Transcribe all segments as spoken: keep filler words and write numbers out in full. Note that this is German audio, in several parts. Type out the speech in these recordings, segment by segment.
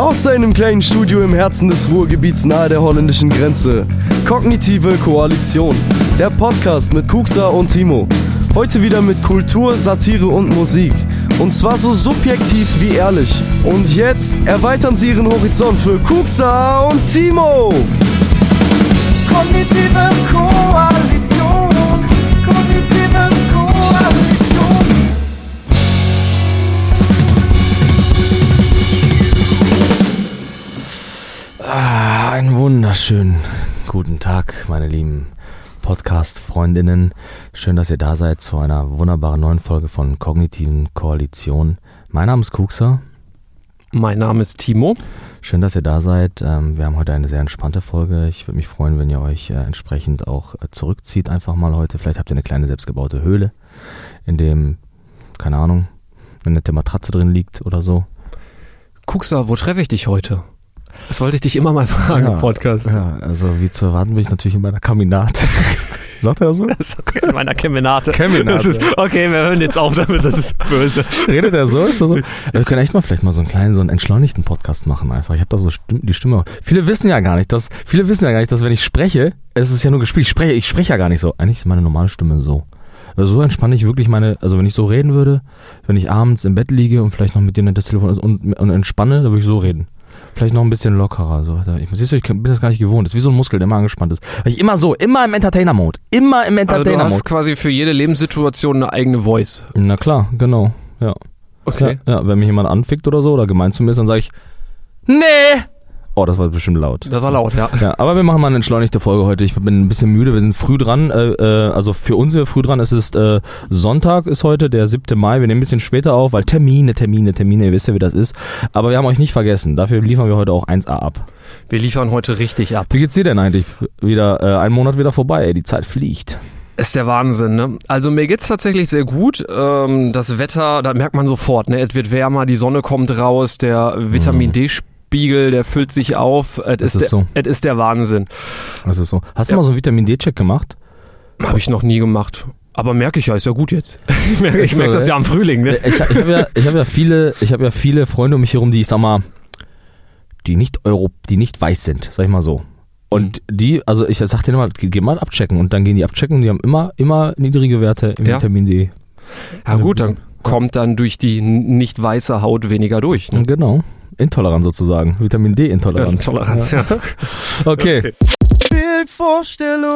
Aus seinem kleinen Studio im Herzen des Ruhrgebiets nahe der holländischen Grenze. Kognitive Koalition. Der Podcast mit Kuxa und Timo. Heute wieder mit Kultur, Satire und Musik. Und zwar so subjektiv wie ehrlich. Und jetzt erweitern Sie Ihren Horizont für Kuxa und Timo. Kognitive Koalition. Kognitive Koalition. Ah, einen wunderschönen guten Tag, meine lieben Podcast-Freundinnen. Schön, dass ihr da seid zu einer wunderbaren neuen Folge von Kognitiven Koalition. Mein Name ist Kuxa. Mein Name ist Timo. Schön, dass ihr da seid. Wir haben heute eine sehr entspannte Folge. Ich würde mich freuen, wenn ihr euch entsprechend auch zurückzieht einfach mal heute. Vielleicht habt ihr eine kleine selbstgebaute Höhle, in dem, keine Ahnung, eine nette Matratze drin liegt oder so. Kuxa, wo treffe ich dich heute? Das wollte ich dich immer mal fragen ja, im Podcast. Ja, also wie zu erwarten bin ich natürlich in meiner Kaminate. Sagt er das so? Das ist okay, in meiner Kemenate. Kemenate. Das ist, okay, wir hören jetzt auf damit, das ist böse. Redet er so? Ist er so? Wir können echt mal vielleicht mal so einen kleinen, so einen entschleunigten Podcast machen einfach. Ich habe da so Stimm, die Stimme. Viele wissen ja gar nicht, dass, viele wissen ja gar nicht, dass wenn ich spreche, es ist ja nur gespielt. Ich spreche, ich spreche ja gar nicht so. Eigentlich ist meine normale Stimme so. Also so entspanne ich wirklich meine, also wenn ich so reden würde, wenn ich abends im Bett liege und vielleicht noch mit dir das Telefon und, und entspanne, dann würde ich so reden. Vielleicht noch ein bisschen lockerer. So. Ich, siehst du, ich bin das gar nicht gewohnt. Das ist wie so ein Muskel, der immer angespannt ist. Weil ich immer so, immer im Entertainer-Mode. Immer im Entertainer-Mode. Also du hast quasi für jede Lebenssituation eine eigene Voice. Na klar, genau. Ja. Okay. Ja, ja, wenn mich jemand anfickt oder so oder gemein zu mir ist, dann sage ich, nee. Oh, das war bestimmt laut. Das war laut, ja. Ja, aber wir machen mal eine entschleunigte Folge heute. Ich bin ein bisschen müde, wir sind früh dran. Äh, äh, also für uns sind wir früh dran. Es ist äh, Sonntag ist heute, der siebte Mai. Wir nehmen ein bisschen später auf, weil Termine, Termine, Termine, ihr wisst ja, wie das ist. Aber wir haben euch nicht vergessen. Dafür liefern wir heute auch eins A ab. Wir liefern heute richtig ab. Wie geht's dir denn eigentlich? Wieder äh, ein Monat wieder vorbei, ey. Die Zeit fliegt. Ist der Wahnsinn, ne? Also mir geht's tatsächlich sehr gut. Ähm, das Wetter, da merkt man sofort, ne? Es wird wärmer, die Sonne kommt raus, der Vitamin Mhm. D Spiegel, der füllt sich auf. Es Das ist, ist der, so. es ist der Wahnsinn. Das ist so. Hast du Ja. mal so einen Vitamin D-Check gemacht? Habe ich noch nie gemacht. Aber merke ich ja, ist ja gut jetzt. Ich merke, ich Ist so, merke das ne? ja am Frühling, ne? Ich, ich habe ja, ich hab ja viele, ich habe ja viele Freunde um mich herum, die ich sag mal, die nicht Euro, die nicht weiß sind, sag ich mal so. Und die, also ich sag denen immer, geh mal abchecken und dann gehen die abchecken und die haben immer, immer niedrige Werte im Ja. Vitamin D. Ja gut, dann kommt dann durch die n- nicht weiße Haut weniger durch. Ne? Genau. Intolerant sozusagen. Vitamin D-Intolerant. Toleranz, ja. Okay. Okay. Bildvorstellung.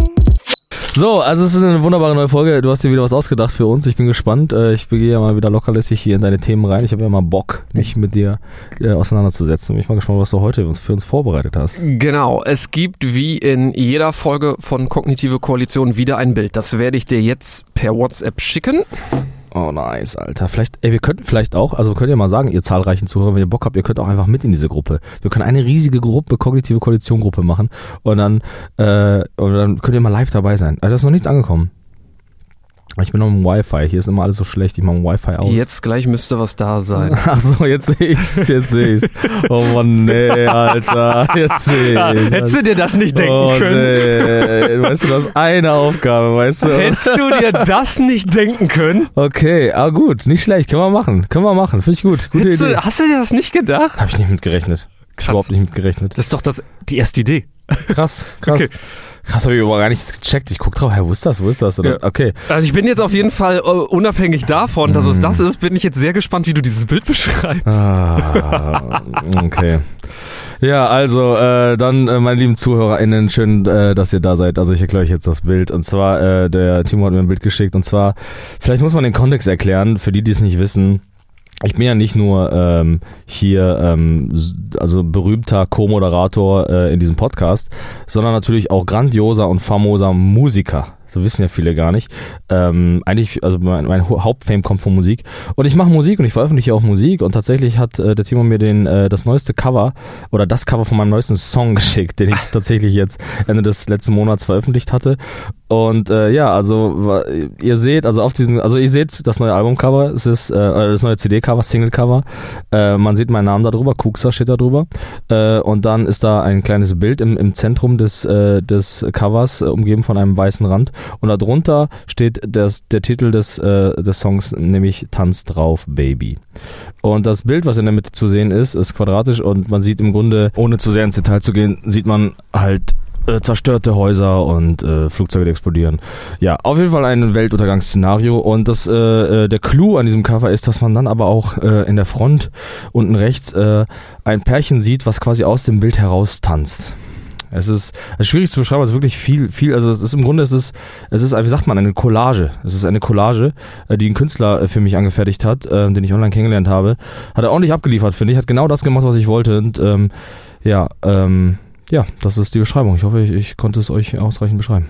So, also es ist eine wunderbare neue Folge. Du hast dir wieder was ausgedacht für uns. Ich bin gespannt. Äh, Ich gehe ja mal wieder lockerlässig hier in deine Themen rein. Ich habe ja mal Bock, mich mit dir äh, auseinanderzusetzen. Bin ich mal gespannt, was du heute für uns vorbereitet hast. Genau, es gibt wie in jeder Folge von Kognitive Koalition wieder ein Bild. Das werde ich dir jetzt per WhatsApp schicken. Oh nice, Alter. Vielleicht, ey, wir könnten vielleicht auch, also könnt ihr mal sagen, ihr zahlreichen Zuhörer, wenn ihr Bock habt, ihr könnt auch einfach mit in diese Gruppe. Wir können eine riesige Gruppe, Kognitive Koalition Gruppe machen und dann, äh, und dann könnt ihr mal live dabei sein. Also da ist noch nichts angekommen. Ich bin noch im Wi-Fi, hier ist immer alles so schlecht, ich mache mein Wi-Fi aus. Jetzt gleich müsste was da sein. Ach so, jetzt sehe ich's, jetzt sehe ich's. Oh Mann, nee, Alter, jetzt sehe Ja, ich's. hättest du dir das nicht denken oh, können? Nee. Weißt du, du hast eine Aufgabe, weißt du. Hättest du dir das nicht denken können? Okay, ah gut, nicht schlecht, können wir machen, können wir machen, finde ich gut, gute Hättest Idee. du, hast du dir das nicht gedacht? Habe ich nicht mitgerechnet. Krass. Überhaupt nicht mitgerechnet. Das ist doch das, die erste Idee. Krass, krass. Okay. Krass, habe ich aber gar nichts gecheckt. Ich guck drauf, hä, wo ist das, wo ist das? Oder? Ja. Okay. Also ich bin jetzt auf jeden Fall uh, unabhängig davon, dass Mhm. es das ist, bin ich jetzt sehr gespannt, wie du dieses Bild beschreibst. Ah, okay. Ja, also äh, dann, äh, meine lieben ZuhörerInnen, schön, äh, dass ihr da seid. Also ich erkläre euch jetzt das Bild. Und zwar, äh, der Timo hat mir ein Bild geschickt. Und zwar, vielleicht muss man den Kontext erklären, für die, die es nicht wissen. Ich bin ja nicht nur ähm, hier ähm, also berühmter Co-Moderator äh, in diesem Podcast, sondern natürlich auch grandioser und famoser Musiker. So wissen ja viele gar nicht. Ähm, eigentlich, also mein, mein Hauptfame kommt von Musik. Und ich mache Musik und ich veröffentliche auch Musik. Und tatsächlich hat äh, der Timo mir den äh, das neueste Cover oder das Cover von meinem neuesten Song geschickt, den ich tatsächlich jetzt Ende des letzten Monats veröffentlicht hatte. Und äh, ja, also wa- ihr seht, also auf diesem, also ihr seht das neue Albumcover, es ist äh, das neue C D-Cover, Single-Cover. Äh, man sieht meinen Namen da drüber, Kuxa steht da drüber. Äh, und dann ist da ein kleines Bild im, im Zentrum des, äh, des Covers, äh, umgeben von einem weißen Rand. Und darunter steht das, der Titel des, äh, des Songs, nämlich Tanz drauf, Baby. Und das Bild, was in der Mitte zu sehen ist, ist quadratisch und man sieht im Grunde, ohne zu sehr ins Detail zu gehen, sieht man halt äh, zerstörte Häuser und äh, Flugzeuge, die explodieren. Ja, auf jeden Fall ein Weltuntergangsszenario und das, äh, äh, der Clou an diesem Cover ist, dass man dann aber auch äh, in der Front unten rechts äh, ein Pärchen sieht, was quasi aus dem Bild heraus tanzt. Es ist, es ist schwierig zu beschreiben, also wirklich viel, viel, also es ist im Grunde, es ist, es ist, wie sagt man, eine Collage. Es ist eine Collage, äh, die ein Künstler äh, für mich angefertigt hat, äh, den ich online kennengelernt habe. Hat er ordentlich abgeliefert, finde ich, hat genau das gemacht, was ich wollte und ähm, ja, ähm, ja, das ist die Beschreibung. Ich hoffe, ich, ich konnte es euch ausreichend beschreiben.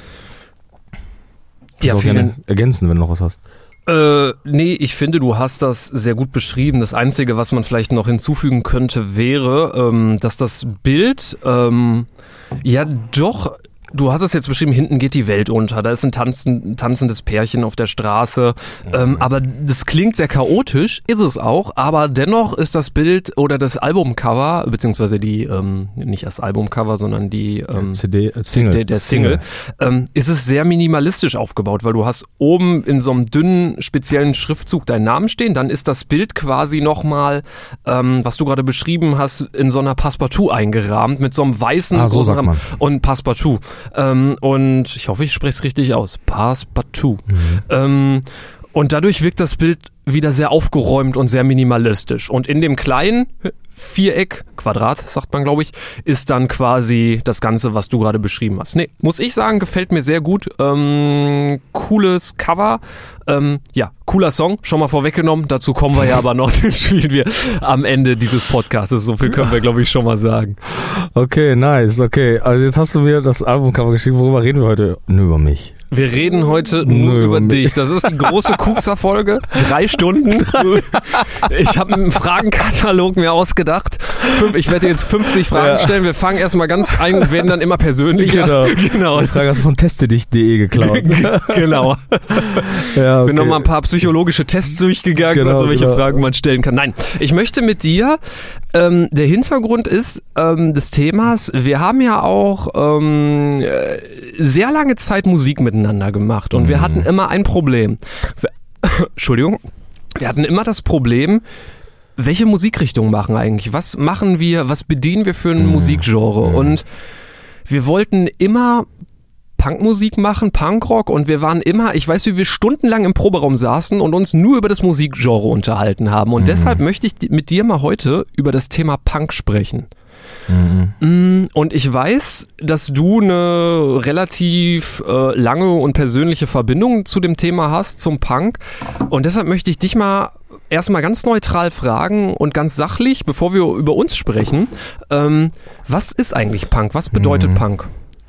Kannst Ja, auch vielen- gerne ergänzen, wenn du noch was hast. Äh, nee, ich finde, du hast das sehr gut beschrieben. Das Einzige, was man vielleicht noch hinzufügen könnte, wäre, ähm, dass das Bild, ähm, ja doch, du hast es jetzt beschrieben, hinten geht die Welt unter. Da ist ein tanzen, tanzendes Pärchen auf der Straße. Ähm, aber das klingt sehr chaotisch, ist es auch. Aber dennoch ist das Bild oder das Albumcover, beziehungsweise die, ähm, nicht das Albumcover, sondern die ähm, C D, äh, Single. der, der Single, ähm, ist es sehr minimalistisch aufgebaut, weil du hast oben in so einem dünnen, speziellen Schriftzug deinen Namen stehen, dann ist das Bild quasi nochmal, ähm, was du gerade beschrieben hast, in so einer Passepartout eingerahmt, mit so einem weißen Ah, so großen sagt Rahmen. man. Und Passepartout. Ähm, und ich hoffe, ich spreche es richtig aus. Passepartout. Mhm. Ähm, und dadurch wirkt das Bild wieder sehr aufgeräumt und sehr minimalistisch. Und in dem kleinen Viereck, Quadrat, sagt man, glaube ich, ist dann quasi das Ganze, was du gerade beschrieben hast. Nee, muss ich sagen, gefällt mir sehr gut. Ähm, cooles Cover. Ähm, ja, cooler Song, schon mal vorweggenommen. Dazu kommen wir ja aber noch, den spielen wir am Ende dieses Podcasts. So viel können wir, glaube ich, schon mal sagen. Okay, nice, okay. Also jetzt hast du mir das Albumcover geschrieben. Worüber reden wir heute? Nur über mich. Wir reden heute nur, Nur über über mich. dich. Das ist die große Kuxer-Folge. Drei Stunden. Ich habe einen Fragenkatalog mir ausgedacht. Fünf, ich werde jetzt fünfzig Fragen Ja. stellen. Wir fangen erstmal ganz ein, werden dann immer persönlicher. Genau. genau. Die Frage hast du von testedich punkt de geklaut. genau. Ja, okay. Bin nochmal ein paar psychologische Tests durchgegangen Genau, und so, welche genau. Fragen man stellen kann. Nein, ich möchte mit dir, ähm, der Hintergrund ist ähm, des Themas, wir haben ja auch ähm, äh, sehr lange Zeit Musik miteinander gemacht und wir hatten immer ein Problem. Wir, Entschuldigung. Wir hatten immer das Problem, welche Musikrichtung machen eigentlich? Was machen wir, was bedienen wir für ein Musikgenre? Und wir wollten immer Punkmusik machen, Punkrock und wir waren immer, ich weiß, wie wir stundenlang im Proberaum saßen und uns nur über das Musikgenre unterhalten haben. Und deshalb möchte ich di- mit dir mal heute über das Thema Punk sprechen. Mm, Und ich weiß, dass du eine relativ äh, lange und persönliche Verbindung zu dem Thema hast, zum Punk. Und deshalb möchte ich dich mal erstmal ganz neutral fragen und ganz sachlich, bevor wir über uns sprechen, ähm, was ist eigentlich Punk? Was bedeutet Mhm. Punk?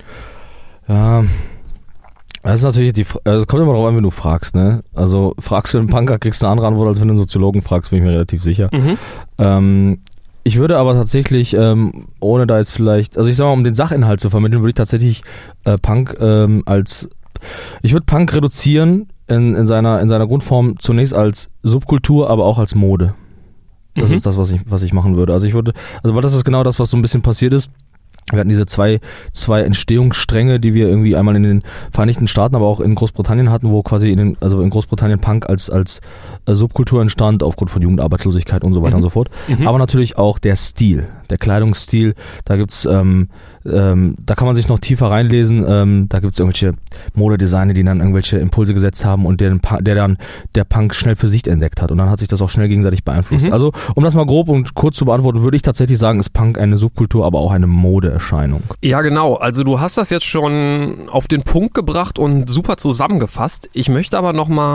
Ja, das ist natürlich die, Fra- also es kommt immer darauf an, wenn du fragst, ne? Also fragst du einen Punker, kriegst du eine andere Antwort, als wenn du einen Soziologen fragst, bin ich mir relativ sicher. Mhm. Ähm, ich würde aber tatsächlich, ähm, ohne da jetzt vielleicht, also ich sag mal, um den Sachinhalt zu vermitteln, würde ich tatsächlich äh, Punk ähm, als, ich würde Punk reduzieren in, in seiner in seiner Grundform zunächst als Subkultur, aber auch als Mode. Das Mhm. ist das, was ich was ich machen würde. Also ich würde, also weil das ist genau das, was so ein bisschen passiert ist. Wir hatten diese zwei, zwei Entstehungsstränge, die wir irgendwie einmal in den Vereinigten Staaten, aber auch in Großbritannien hatten, wo quasi in den, also in Großbritannien Punk als, als äh, Subkultur entstand, aufgrund von Jugendarbeitslosigkeit und so weiter Mhm. und so fort. Mhm. Aber natürlich auch der Stil, der Kleidungsstil, da gibt's, ähm, ähm, da kann man sich noch tiefer reinlesen, ähm, da gibt's irgendwelche Modedesigner, die dann irgendwelche Impulse gesetzt haben und der, den Pa- der dann der Punk schnell für sich entdeckt hat und dann hat sich das auch schnell gegenseitig beeinflusst. Mhm. Also, um das mal grob und kurz zu beantworten, würde ich tatsächlich sagen, ist Punk eine Subkultur, aber auch eine Modeerscheinung. Ja, genau. Also du hast das jetzt schon auf den Punkt gebracht und super zusammengefasst. Ich möchte aber nochmal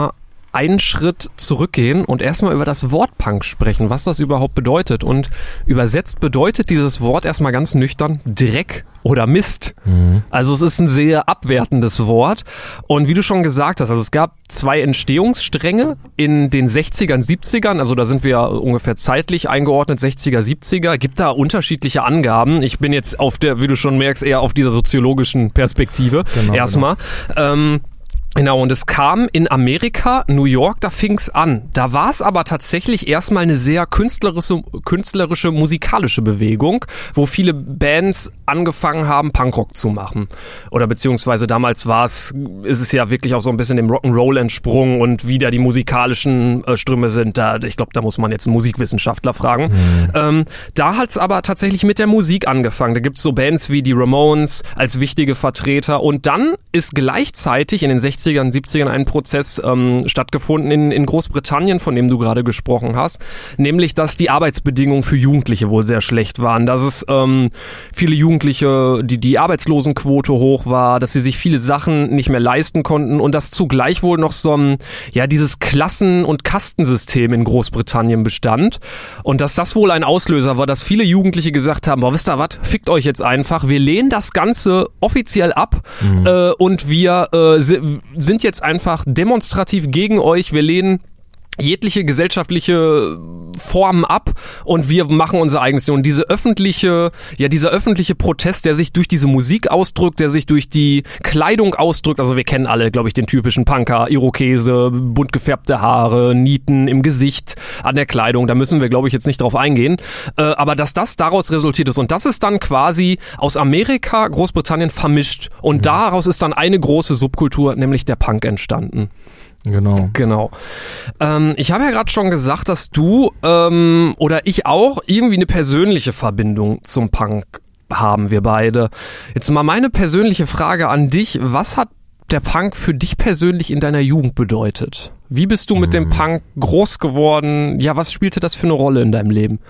einen Schritt zurückgehen und erstmal über das Wort Punk sprechen, was das überhaupt bedeutet. Und übersetzt bedeutet dieses Wort erstmal ganz nüchtern Dreck oder Mist. Mhm. Also es ist ein sehr abwertendes Wort. Und wie du schon gesagt hast, also es gab zwei Entstehungsstränge in den sechzigern, siebzigern, also da sind wir ungefähr zeitlich eingeordnet, sechziger, siebziger, gibt da unterschiedliche Angaben. Ich bin jetzt auf der, wie du schon merkst, eher auf dieser soziologischen Perspektive genau, erstmal. Genau. Ähm, Genau, und es kam in Amerika, New York, da fing's an. Da war es aber tatsächlich erstmal eine sehr künstlerische, künstlerische, musikalische Bewegung, wo viele Bands angefangen haben, Punkrock zu machen. Oder beziehungsweise damals war es, ist es ja wirklich auch so ein bisschen dem Rock'n'Roll entsprungen und wie da die musikalischen äh, Ströme sind. Da, ich glaube, da muss man jetzt einen Musikwissenschaftler fragen. Mhm. Ähm, da hat's aber tatsächlich mit der Musik angefangen. Da gibt's so Bands wie die Ramones als wichtige Vertreter. Und dann ist gleichzeitig in den sechzigern, siebzigern ein Prozess ähm, stattgefunden in, in Großbritannien, von dem du gerade gesprochen hast, nämlich, dass die Arbeitsbedingungen für Jugendliche wohl sehr schlecht waren, dass es ähm, viele Jugendliche, die die Arbeitslosenquote hoch war, dass sie sich viele Sachen nicht mehr leisten konnten und dass zugleich wohl noch so ein, ja, dieses Klassen- und Kastensystem in Großbritannien bestand und dass das wohl ein Auslöser war, dass viele Jugendliche gesagt haben, boah, wisst ihr was, fickt euch jetzt einfach, wir lehnen das Ganze offiziell ab mhm. äh, und wir äh, sind jetzt einfach demonstrativ gegen euch. Wir lehnen jegliche gesellschaftliche Formen ab und wir machen unser eigenes Ding. Und diese öffentliche, ja, dieser öffentliche Protest, der sich durch diese Musik ausdrückt, der sich durch die Kleidung ausdrückt, also wir kennen alle, glaube ich, den typischen Punker, Irokese, bunt gefärbte Haare, Nieten im Gesicht, an der Kleidung, da müssen wir, glaube ich, jetzt nicht drauf eingehen, äh, aber dass das daraus resultiert ist und das ist dann quasi aus Amerika, Großbritannien vermischt und mhm. daraus ist dann eine große Subkultur, nämlich der Punk entstanden. Genau. Genau. Ähm, ich habe ja gerade schon gesagt, dass du ähm, oder ich auch irgendwie eine persönliche Verbindung zum Punk haben, wir beide. Jetzt mal meine persönliche Frage an dich. Was hat der Punk für dich persönlich in deiner Jugend bedeutet? Wie bist du mit hm. dem Punk groß geworden? Ja, was spielte das für eine Rolle in deinem Leben?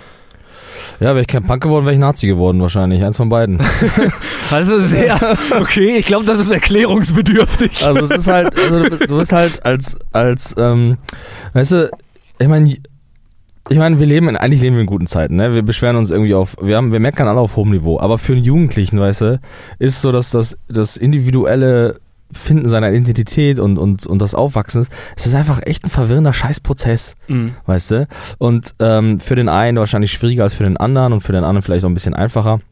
Ja, wäre ich kein Punk geworden, wäre ich Nazi geworden wahrscheinlich. Eins von beiden. Also sehr, okay, ich glaube, das ist erklärungsbedürftig. Also es ist halt, also du bist, du bist halt als, als, ähm, weißt du, ich meine, ich meine, wir leben in, eigentlich leben wir in guten Zeiten, ne? Wir beschweren uns irgendwie auf, wir haben, wir meckern alle auf hohem Niveau, aber für einen Jugendlichen, weißt du, ist so, dass das, das individuelle Finden seiner Identität und, und, und das Aufwachsen ist, es ist einfach echt ein verwirrender Scheißprozess, mhm. weißt du? Und ähm, für den einen wahrscheinlich schwieriger als für den anderen und für den anderen vielleicht auch ein bisschen einfacher.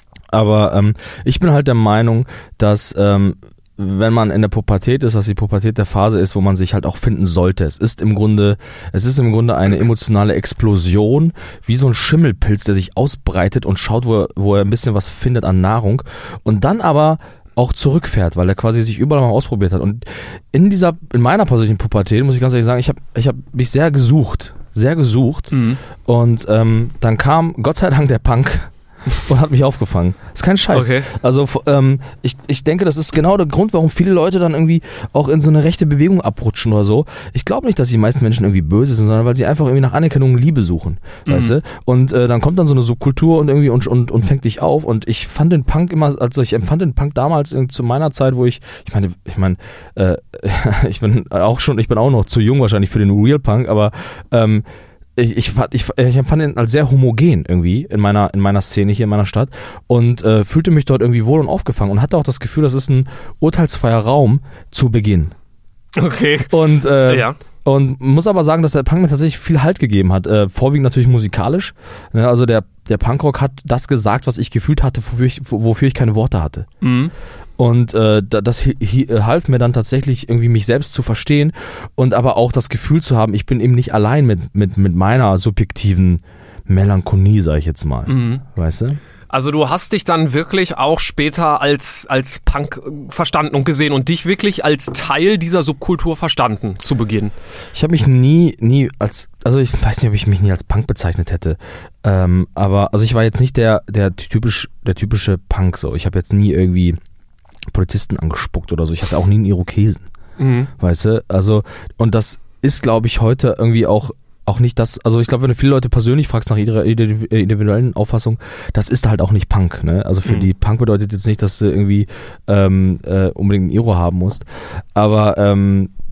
Aber ähm, ich bin halt der Meinung, dass ähm, wenn man in der Pubertät ist, dass die Pubertät der Phase ist, wo man sich halt auch finden sollte. Es ist im Grunde, es ist im Grunde eine emotionale Explosion, wie so ein Schimmelpilz, der sich ausbreitet und schaut, wo er, wo er ein bisschen was findet an Nahrung und dann aber auch zurückfährt, weil er quasi sich überall mal ausprobiert hat. Und in dieser, in meiner persönlichen Pubertät, muss ich ganz ehrlich sagen, ich habe ich hab mich sehr gesucht, sehr gesucht. Mhm. Und ähm, dann kam Gott sei Dank der Punk und hat mich aufgefangen. Ist kein Scheiß. Okay. Also ähm, ich, ich denke, das ist genau der Grund, warum viele Leute dann irgendwie auch in so eine rechte Bewegung abrutschen oder so. Ich glaube nicht, dass die meisten Menschen irgendwie böse sind, sondern weil sie einfach irgendwie nach Anerkennung und Liebe suchen. Mhm. Weißt du? Und äh, dann kommt dann so eine Subkultur und irgendwie und, und, und fängt dich auf. Und ich fand den Punk immer, also ich empfand den Punk damals zu meiner Zeit, wo ich, ich meine, ich meine, äh, ich bin auch schon, ich bin auch noch zu jung wahrscheinlich für den Real Punk, aber ähm, Ich, ich, fand, ich, ich empfand ihn als sehr homogen irgendwie in meiner, in meiner Szene hier in meiner Stadt und äh, fühlte mich dort irgendwie wohl und aufgefangen und hatte auch das Gefühl, das ist ein urteilsfreier Raum zu Beginn. Okay. Und, äh, ja. und muss aber sagen, dass der Punk mir tatsächlich viel Halt gegeben hat, äh, vorwiegend natürlich musikalisch. Ne? Also der, der Punkrock hat das gesagt, was ich gefühlt hatte, wofür ich, wofür ich keine Worte hatte. Mhm. Und äh, das hi- hi- half mir dann tatsächlich irgendwie mich selbst zu verstehen und aber auch das Gefühl zu haben, ich bin eben nicht allein mit, mit, mit meiner subjektiven Melancholie, sag ich jetzt mal. Mhm. Weißt du? Also du hast dich dann wirklich auch später als, als Punk verstanden und gesehen und dich wirklich als Teil dieser Subkultur verstanden zu Beginn. Ich habe mich nie, nie als, also ich weiß nicht, ob ich mich nie als Punk bezeichnet hätte, ähm, aber also ich war jetzt nicht der, der typisch, der typische Punk so. Ich habe jetzt nie irgendwie Polizisten angespuckt oder so. Ich hatte auch nie einen Irokesen. Mhm. Weißt du? Also, und das ist, glaube ich, heute irgendwie auch, auch nicht das, also ich glaube, wenn du viele Leute persönlich fragst nach ihrer individuellen Auffassung, das ist halt auch nicht Punk, ne? Also für mhm. die Punk bedeutet jetzt nicht, dass du irgendwie ähm, äh, unbedingt einen Iro haben musst. Aber ähm,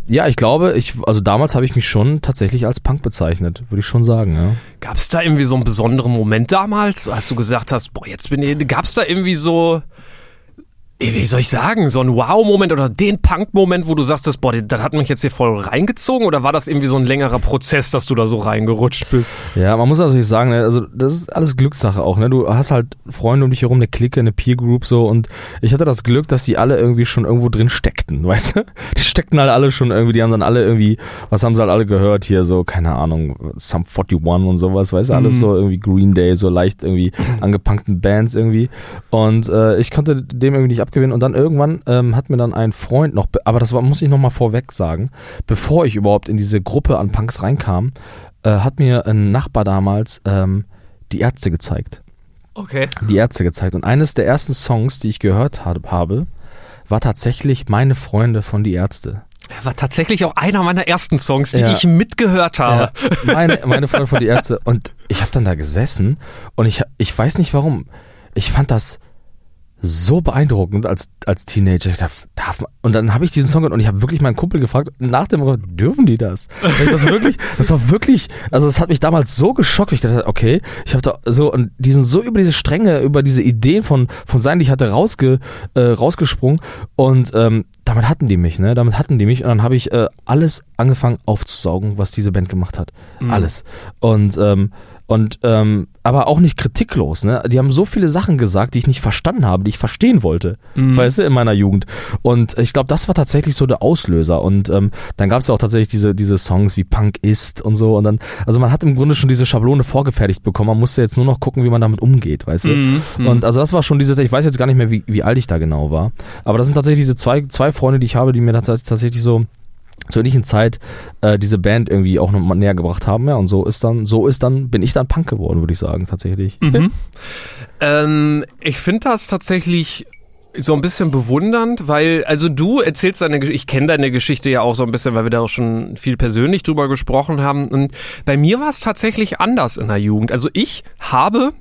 ja, ich glaube, ich, also damals habe ich mich schon tatsächlich als Punk bezeichnet, würde ich schon sagen, ja. Gab es da irgendwie so einen besonderen Moment damals, als du gesagt hast, boah, jetzt bin ich, gab es da irgendwie so, wie soll ich sagen, so ein Wow-Moment oder den Punk-Moment, wo du sagst, boah, das hat mich jetzt hier voll reingezogen, oder war das irgendwie so ein längerer Prozess, dass du da so reingerutscht bist? Ja, man muss natürlich sagen, ne, also das ist alles Glückssache auch, ne? Du hast halt Freunde um dich herum, eine Clique, eine Peer-Group so, und ich hatte das Glück, dass die alle irgendwie schon irgendwo drin steckten, weißt du? Die steckten halt alle schon irgendwie, die haben dann alle irgendwie, was haben sie halt alle gehört hier, so, keine Ahnung, Sum einundvierzig und sowas, weißt du, alles so irgendwie Green Day, so leicht irgendwie angepunkten Bands irgendwie, und äh, ich konnte dem irgendwie nicht ab gewinnen, und dann irgendwann ähm, hat mir dann ein Freund noch, aber das war, muss ich noch mal vorweg sagen, bevor ich überhaupt in diese Gruppe an Punks reinkam, äh, hat mir ein Nachbar damals ähm, die Ärzte gezeigt. Okay. Die Ärzte gezeigt, und eines der ersten Songs, die ich gehört hab, habe, war tatsächlich Meine Freunde von Die Ärzte. War tatsächlich auch einer meiner ersten Songs, die Ja. ich mitgehört habe. Ja, meine, meine Freunde von Die Ärzte, und ich habe dann da gesessen, und ich, ich weiß nicht warum, ich fand das so beeindruckend als, als Teenager. Ich dachte, darf man? Und dann habe ich diesen Song gehört, und ich habe wirklich meinen Kumpel gefragt, nach dem Motto, dürfen die das? Das, wirklich, das war wirklich, also das hat mich damals so geschockt. Ich dachte, okay, ich habe da so, und die sind so über diese Stränge, über diese Ideen von, von sein, die ich hatte, rausge, äh, rausgesprungen, und ähm, damit hatten die mich, ne? Damit hatten die mich, und dann habe ich äh, alles angefangen aufzusaugen, was diese Band gemacht hat. Mhm. Alles. Und ähm, Und, ähm, aber auch nicht kritiklos, ne? Die haben so viele Sachen gesagt, die ich nicht verstanden habe, die ich verstehen wollte, Mhm. weißt du, in meiner Jugend. Und ich glaube, das war tatsächlich so der Auslöser. Und ähm, dann gab es ja auch tatsächlich diese, diese Songs wie Punk ist und so. Und dann, also man hat im Grunde schon diese Schablone vorgefertigt bekommen. Man musste jetzt nur noch gucken, wie man damit umgeht, weißt du? Mhm. Und also das war schon diese, ich weiß jetzt gar nicht mehr, wie, wie alt ich da genau war. Aber das sind tatsächlich diese zwei, zwei Freunde, die ich habe, die mir tats- tatsächlich so zur ähnlichen Zeit äh, diese Band irgendwie auch noch mal näher gebracht haben, ja, und so ist dann, so ist dann, bin ich dann Punk geworden, würde ich sagen, tatsächlich. Mhm. ähm, ich finde das tatsächlich so ein bisschen bewundernd, weil, also du erzählst deine Geschichte, ich kenne deine Geschichte ja auch so ein bisschen, weil wir da auch schon viel persönlich drüber gesprochen haben, und bei mir war es tatsächlich anders in der Jugend. Also ich habe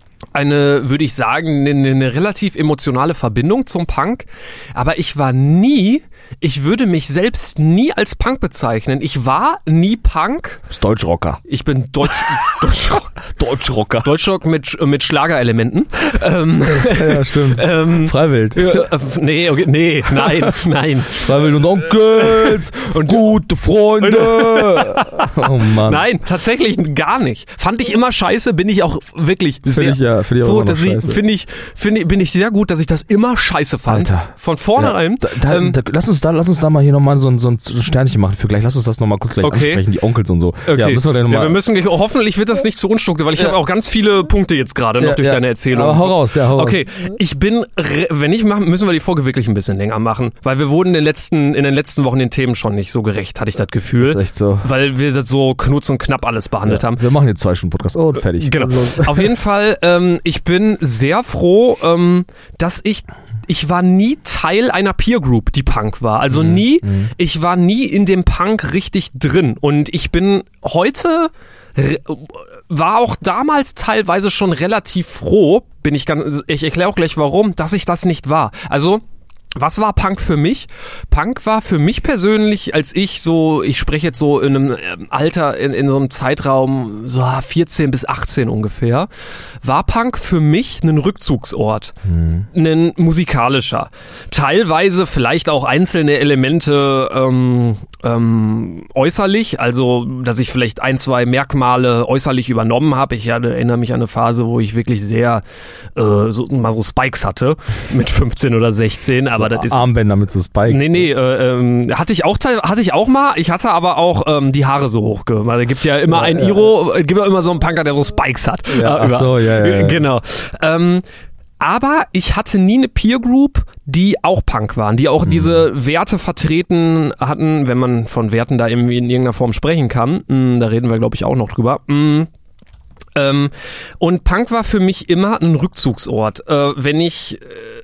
eine, würde ich sagen, eine, eine relativ emotionale Verbindung zum Punk, aber ich war nie, ich würde mich selbst nie als Punk bezeichnen. Ich war nie Punk. Du bist Deutschrocker. Ich bin Deutsch, Deutschrock, Deutschrocker. Deutschrock mit, mit Schlagerelementen. Ähm, Ja, stimmt. ähm, Freiwild. ja, äh, nee, okay, nee, nein, nein. Freiwild und Onkels und gute Freunde. Oh Mann. Nein, tatsächlich gar nicht. Fand ich immer scheiße, bin ich auch wirklich Finde sehr ich ja, finde ich auch froh, immer noch dass ich- scheiße. Finde ich, finde ich, bin ich sehr gut, dass ich das immer scheiße fand. Alter. Von vornherein. Ja, da, da, ähm, da, lass uns da, lass uns da mal hier nochmal so ein, so ein Sternchen machen für gleich. Lass uns das nochmal kurz gleich Okay. ansprechen, die Onkels und so. Okay. Ja, müssen wir gleich ja, nochmal. wir müssen, gleich- hoffentlich wird das nicht zu unstrukturiert, weil ich Ja. habe auch ganz viele Punkte jetzt gerade noch Ja, durch ja. deine Erzählung. Aber hau raus, ja, hau raus. Okay, ich bin, re- wenn ich machen, müssen wir die Folge wirklich ein bisschen länger machen, weil wir wurden in den letzten, in den letzten Wochen den Themen schon nicht so gerecht, hatte ich das Gefühl. Das ist echt so. Weil wir das so knurz und knapp alles behandelt haben. Ja, wir machen jetzt zwei Stunden Podcast. Oh, und fertig. Genau. Los. Auf jeden Fall, ähm, ich bin sehr froh, ähm, dass ich ich war nie Teil einer Peer Group, die Punk war. Also Mhm. nie, ich war nie in dem Punk richtig drin. Und ich bin heute, re- war auch damals teilweise schon relativ froh, bin ich ganz, ich erkläre auch gleich warum, dass ich das nicht war. Also, was war Punk für mich? Punk war für mich persönlich, als ich so, ich spreche jetzt so in einem ähm, Alter, in, in so einem Zeitraum, so ah, vierzehn bis achtzehn ungefähr, war Punk für mich ein Rückzugsort. Ein musikalischer. Teilweise vielleicht auch einzelne Elemente ähm, ähm, äußerlich, also dass ich vielleicht ein, zwei Merkmale äußerlich übernommen habe. Ich hatte, erinnere mich an eine Phase, wo ich wirklich sehr äh, so, mal so Spikes hatte, mit fünfzehn oder sechzehn, aber so das ist... Armbänder mit so Spikes. Nee, nee, äh, ähm, hatte ich auch teil- hatte ich auch mal, ich hatte aber auch ähm, die Haare so hoch gemacht. Es gibt ja immer ein Iro, es gibt ja immer so einen Punker, der so Spikes hat. Ja, Äh, ach über- so, ja, ja, ja. Genau. Ähm, aber ich hatte nie eine Peer Group, die auch Punk waren, die auch diese Werte vertreten hatten, wenn man von Werten da irgendwie in irgendeiner Form sprechen kann. Mm, da reden wir, glaube ich, auch noch drüber. Mm. Ähm, und Punk war für mich immer ein Rückzugsort. Äh, wenn ich, äh,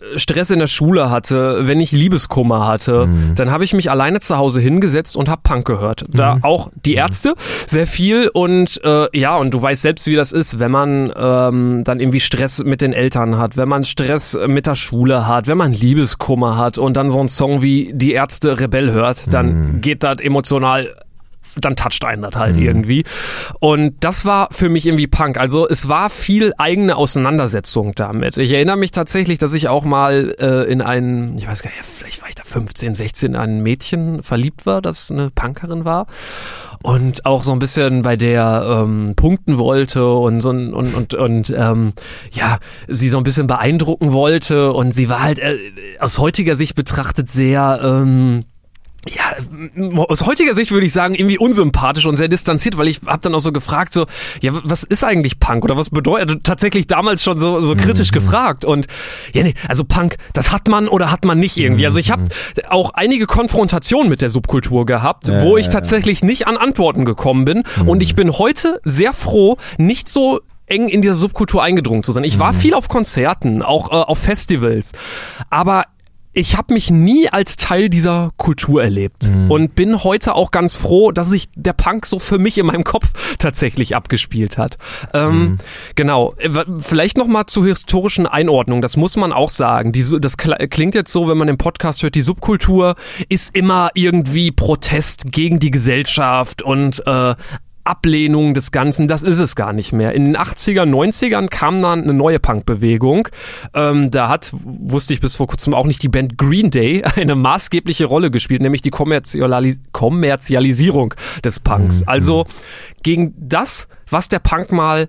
Stress in der Schule hatte, wenn ich Liebeskummer hatte, mhm. dann habe ich mich alleine zu Hause hingesetzt und habe Punk gehört. Da mhm. auch die Ärzte, sehr viel und äh, ja, und du weißt selbst, wie das ist, wenn man ähm, dann irgendwie Stress mit den Eltern hat, wenn man Stress mit der Schule hat, wenn man Liebeskummer hat und dann so einen Song wie Die Ärzte Rebell hört, dann mhm. geht das emotional, dann toucht einen das halt mhm. irgendwie. Und das war für mich irgendwie Punk. Also es war viel eigene Auseinandersetzung damit. Ich erinnere mich tatsächlich, dass ich auch mal äh, in einen, ich weiß gar nicht, vielleicht war ich da fünfzehn, sechzehn, in ein Mädchen verliebt war, das eine Punkerin war. Und auch so ein bisschen bei der ähm, punkten wollte und so und und und ähm, ja, sie so ein bisschen beeindrucken wollte. Und sie war halt äh, aus heutiger Sicht betrachtet sehr ähm, ja, aus heutiger Sicht würde ich sagen, irgendwie unsympathisch und sehr distanziert, weil ich habe dann auch so gefragt, so, ja, was ist eigentlich Punk oder was bedeutet, tatsächlich damals schon so so kritisch mhm. gefragt und ja, nee, also Punk, das hat man oder hat man nicht irgendwie. Also ich habe auch einige Konfrontationen mit der Subkultur gehabt, ja, wo ich tatsächlich nicht an Antworten gekommen bin mhm. und ich bin heute sehr froh, nicht so eng in dieser Subkultur eingedrungen zu sein. Ich war mhm. viel auf Konzerten, auch äh, auf Festivals, aber ich habe mich nie als Teil dieser Kultur erlebt mhm. und bin heute auch ganz froh, dass sich der Punk so für mich in meinem Kopf tatsächlich abgespielt hat. Ähm, mhm. Genau, vielleicht nochmal zur historischen Einordnung, das muss man auch sagen. Die, das klingt jetzt so, wenn man den Podcast hört, die Subkultur ist immer irgendwie Protest gegen die Gesellschaft und äh, Ablehnung des Ganzen, das ist es gar nicht mehr. In den achtzigern, neunzigern kam dann eine neue Punkbewegung. Ähm, da hat, wusste ich bis vor kurzem auch nicht, die Band Green Day eine maßgebliche Rolle gespielt, nämlich die Kommerzialis- Kommerzialisierung des Punks. Mhm. Also gegen das, was der Punk mal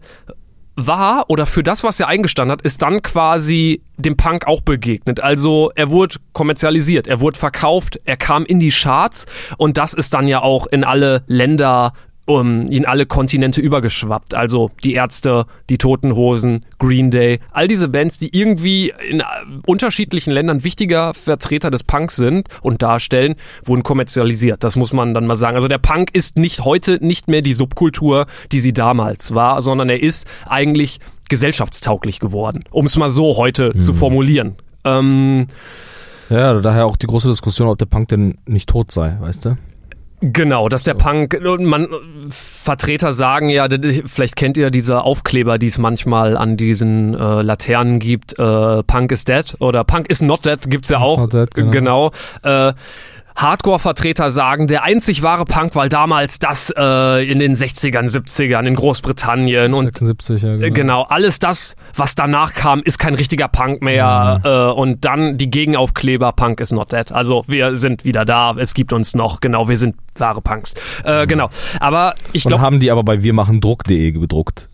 war oder für das, was er eingestanden hat, ist dann quasi dem Punk auch begegnet. Also er wurde kommerzialisiert, er wurde verkauft, er kam in die Charts und das ist dann ja auch in alle Länder Um, in alle Kontinente übergeschwappt. Also die Ärzte, die Toten Hosen, Green Day, all diese Bands, die irgendwie in unterschiedlichen Ländern wichtiger Vertreter des Punks sind und darstellen, wurden kommerzialisiert. Das muss man dann mal sagen. Also der Punk ist nicht heute nicht mehr die Subkultur, die sie damals war, sondern er ist eigentlich gesellschaftstauglich geworden, um es mal so heute mhm. zu formulieren. Ähm, ja, daher auch die große Diskussion, ob der Punk denn nicht tot sei, weißt du? Genau, dass der Punk, man, Vertreter sagen ja, vielleicht kennt ihr diese Aufkleber, die es manchmal an diesen äh, Laternen gibt, äh, Punk is dead oder Punk is not dead, gibt's ja auch, dead, genau, genau äh, Hardcore-Vertreter sagen, der einzig wahre Punk war damals das äh, in den sechzigern, siebzigern in Großbritannien und sechsundsiebzig, ja, genau. genau, alles das, was danach kam, ist kein richtiger Punk mehr mhm. äh, und dann die Gegenaufkleber, Punk is not dead, also wir sind wieder da, es gibt uns noch, genau, wir sind wahre Punks, äh, mhm. genau, aber ich glaube... Und haben die aber bei wirmachendruck punkt de gedruckt.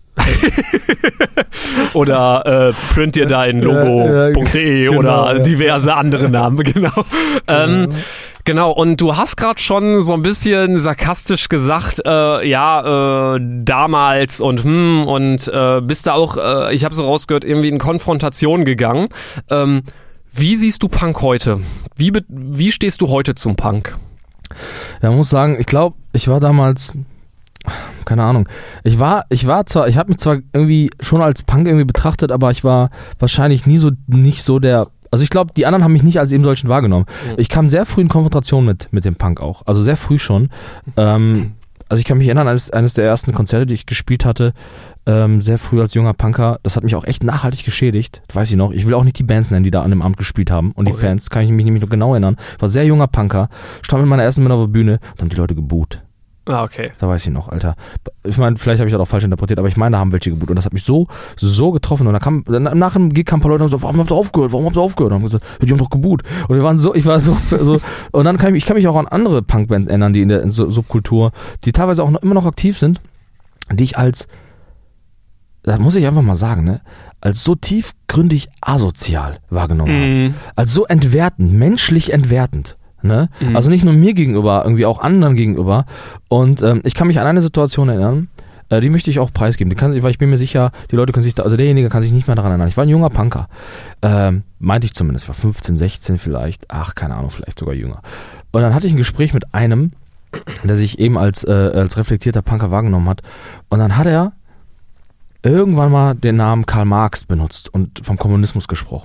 Oder äh, print dir dein Logo punkt de genau, oder ja. diverse andere Namen, genau. Ähm, ja. Genau, und du hast gerade schon so ein bisschen sarkastisch gesagt, äh, ja, äh, damals und hm, und äh, bist da auch, äh, ich habe so rausgehört, irgendwie in Konfrontation gegangen. Ähm, wie siehst du Punk heute? Wie, be- wie stehst du heute zum Punk? Ja, man muss sagen, ich glaube, ich war damals... keine Ahnung. Ich war, ich war zwar, ich habe mich zwar irgendwie schon als Punk irgendwie betrachtet, aber ich war wahrscheinlich nie so, nicht so der, also ich glaube, die anderen haben mich nicht als eben solchen wahrgenommen. Mhm. Ich kam sehr früh in Konfrontation mit, mit dem Punk auch, also sehr früh schon. Ähm, also ich kann mich erinnern, eines, eines der ersten Konzerte, die ich gespielt hatte, ähm, sehr früh als junger Punker, das hat mich auch echt nachhaltig geschädigt, das weiß ich noch. Ich will auch nicht die Bands nennen, die da an dem Abend gespielt haben und die okay. Fans, kann ich mich nämlich noch genau erinnern. Ich war sehr junger Punker, stand mit meiner ersten Band auf der Bühne und haben die Leute geboot. Ah, okay. Da weiß ich noch, Alter. Ich meine, vielleicht habe ich das auch falsch interpretiert, aber ich meine, da haben welche geboot und das hat mich so, so getroffen und da kam, nach dem Gig kamen ein paar Leute und so, warum habt ihr aufgehört, warum habt ihr aufgehört? Und haben gesagt, die haben doch geboot. Und wir waren so, ich war so, so und dann kann ich, ich kann mich auch an andere Punkbands erinnern, die in der Subkultur, die teilweise auch noch, immer noch aktiv sind, die ich als, das muss ich einfach mal sagen, ne, als so tiefgründig asozial wahrgenommen mm. habe. Als so entwertend, menschlich entwertend. Ne? Mhm. Also nicht nur mir gegenüber, irgendwie auch anderen gegenüber. Und ähm, ich kann mich an eine Situation erinnern, äh, die möchte ich auch preisgeben. Die kann, weil ich bin mir sicher, die Leute können sich da, also derjenige kann sich nicht mehr daran erinnern. Ich war ein junger Punker. Ähm, meinte ich zumindest, ich war fünfzehn, sechzehn vielleicht, ach, keine Ahnung, vielleicht sogar jünger. Und dann hatte ich ein Gespräch mit einem, der sich eben als, äh, als reflektierter Punker wahrgenommen hat. Und dann hat er irgendwann mal den Namen Karl Marx benutzt und vom Kommunismus gesprochen.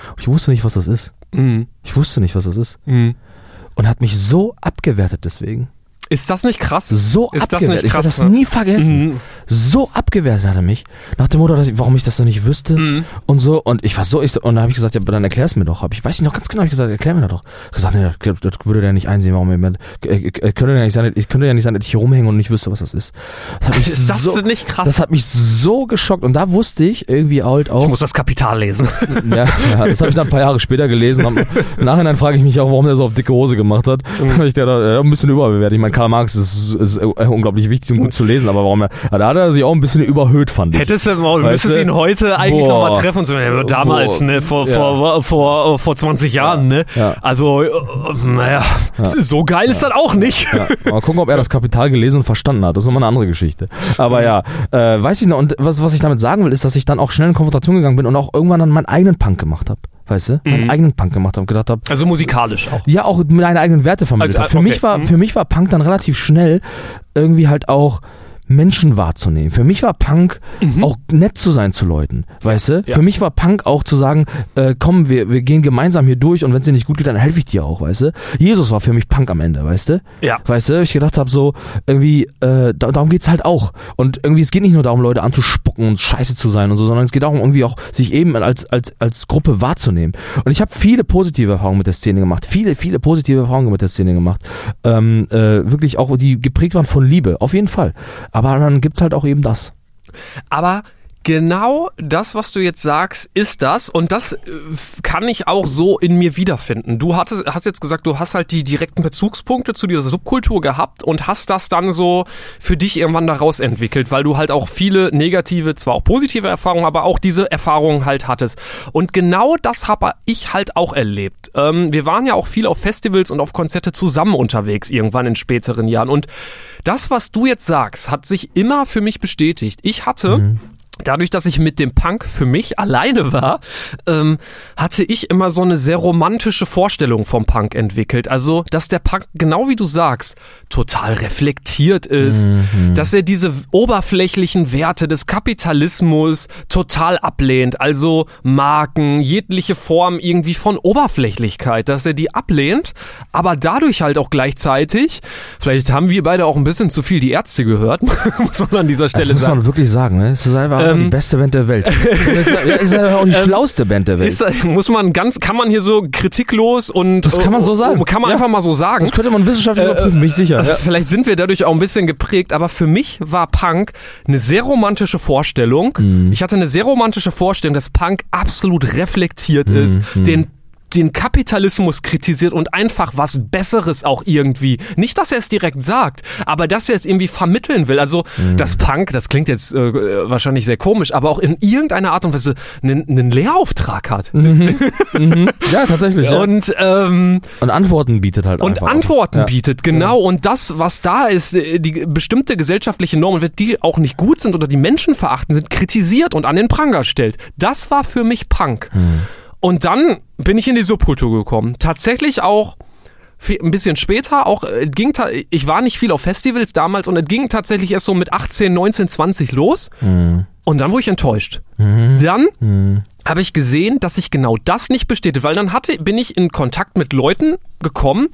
Und ich wusste nicht, was das ist. Mhm. Ich wusste nicht, was das ist. Mhm. Und hat mich so abgewertet deswegen. Ist das nicht krass? So ist das abgewertet. nicht krass? Ich werde das nie vergessen. Mhm. So abgewertet hat er mich. Nach dem Motto, dass ich, warum ich das noch nicht wüsste Mhm. und so. Und ich war so, ich, und dann habe ich gesagt, ja, dann erklär's mir doch. Hab ich weiß nicht noch ganz genau, hab ich gesagt, erklär mir doch. Ich gesagt, nee, das, das würde der nicht einsehen, warum ich, äh, könnte ja nicht sein, ich könnte ja nicht sein, dass ich hier rumhänge und nicht wüsste, was das ist. Das hat mich Ist das so, nicht krass? Das hat mich so geschockt. Und da wusste ich irgendwie halt auch. Ich muss das Kapital lesen. Ja, ja, das habe ich dann ein paar Jahre später gelesen. Am, Im Nachhinein frage ich mich auch, warum der so auf dicke Hose gemacht hat. Mhm. Ich dachte, ja, ein bisschen überbewertet. Ich meine, Karl Marx ist, ist unglaublich wichtig und gut zu lesen, aber warum er, da hat er sich auch ein bisschen überhöht, fand ich. Hättest du, du müsstest ihn heute eigentlich nochmal treffen und so, ja, damals, Boah. ne, vor, ja. vor, vor, vor zwanzig Jahren, ne? Ja. Also, naja, ja. so geil ist ja. das auch nicht. Ja. Mal gucken, ob er das Kapital gelesen und verstanden hat. Das ist nochmal eine andere Geschichte. Aber mhm. ja, äh, weiß ich noch, und was, was ich damit sagen will, ist, dass ich dann auch schnell in Konfrontation gegangen bin und auch irgendwann dann meinen eigenen Punk gemacht habe. Weißt du? Meinen mhm. eigenen Punk gemacht habe, gedacht habe. Also musikalisch auch. Ja, auch meine eigenen Werte vermittelt also, habe. Für okay. mich war, mhm. für mich war Punk dann relativ schnell irgendwie halt auch Menschen wahrzunehmen. Für mich war Punk mhm. auch nett zu sein zu Leuten, weißt du? Ja. Für mich war Punk auch zu sagen, äh, komm, wir, wir gehen gemeinsam hier durch und wenn es dir nicht gut geht, dann helfe ich dir auch, weißt du? Jesus war für mich Punk am Ende, weißt du? Ja. Weißt du? Ich gedacht habe so, irgendwie, äh, da, darum geht's halt auch. Und irgendwie, es geht nicht nur darum, Leute anzuspucken und scheiße zu sein und so, sondern es geht darum, irgendwie auch sich eben als, als, als Gruppe wahrzunehmen. Und ich habe viele positive Erfahrungen mit der Szene gemacht. Viele, viele positive Erfahrungen mit der Szene gemacht. Ähm, äh, wirklich auch, die geprägt waren von Liebe, auf jeden Fall. Aber dann gibt's halt auch eben das. Aber genau das, was du jetzt sagst, ist das und das kann ich auch so in mir wiederfinden. Du hattest, hast jetzt gesagt, du hast halt die direkten Bezugspunkte zu dieser Subkultur gehabt und hast das dann so für dich irgendwann daraus entwickelt, weil du halt auch viele negative, zwar auch positive Erfahrungen, aber auch diese Erfahrungen halt hattest. Und genau das habe ich halt auch erlebt. Ähm, wir waren ja auch viel auf Festivals und auf Konzerte zusammen unterwegs irgendwann in späteren Jahren und das, was du jetzt sagst, hat sich immer für mich bestätigt. Ich hatte... Mhm. Dadurch, dass ich mit dem Punk für mich alleine war, ähm, hatte ich immer so eine sehr romantische Vorstellung vom Punk entwickelt. Also, dass der Punk, genau wie du sagst, total reflektiert ist, mhm. dass er diese oberflächlichen Werte des Kapitalismus total ablehnt. Also Marken, jegliche Form irgendwie von Oberflächlichkeit, dass er die ablehnt, aber dadurch halt auch gleichzeitig, vielleicht haben wir beide auch ein bisschen zu viel die Ärzte gehört, muss man an dieser Stelle sagen. Das muss man wirklich sagen, ne? Es ist einfach die beste Band der Welt. Das ist ja auch die ähm, schlauste Band der Welt. Ist, muss man ganz, kann man hier so kritiklos und... Das kann man so sagen. Kann man ja. einfach mal so sagen. Das könnte man wissenschaftlich äh, überprüfen, bin ich sicher. Äh, ja. Vielleicht sind wir dadurch auch ein bisschen geprägt, aber für mich war Punk eine sehr romantische Vorstellung. Mhm. Ich hatte eine sehr romantische Vorstellung, dass Punk absolut reflektiert mhm. ist, den den Kapitalismus kritisiert und einfach was Besseres auch irgendwie. Nicht, dass er es direkt sagt, aber dass er es irgendwie vermitteln will. Also mhm. das Punk, das klingt jetzt äh, wahrscheinlich sehr komisch, aber auch in irgendeiner Art und Weise einen, einen Lehrauftrag hat. Mhm. mhm. Ja, tatsächlich. Ja. Und, ähm, und Antworten bietet halt Und einfach Antworten ja. bietet, genau. Ja. Und das, was da ist, die bestimmte gesellschaftliche Normen, die auch nicht gut sind oder die Menschen verachten sind, kritisiert und an den Pranger stellt. Das war für mich Punk. Mhm. Und dann bin ich in die Subkultur gekommen. Tatsächlich auch ein bisschen später, auch ging ich war nicht viel auf Festivals damals und es ging tatsächlich erst so mit achtzehn, neunzehn, zwanzig los. Mhm. Und dann wurde ich enttäuscht. Mhm. Dann mhm. habe ich gesehen, dass sich genau das nicht bestätigt, weil dann hatte, bin ich in Kontakt mit Leuten gekommen,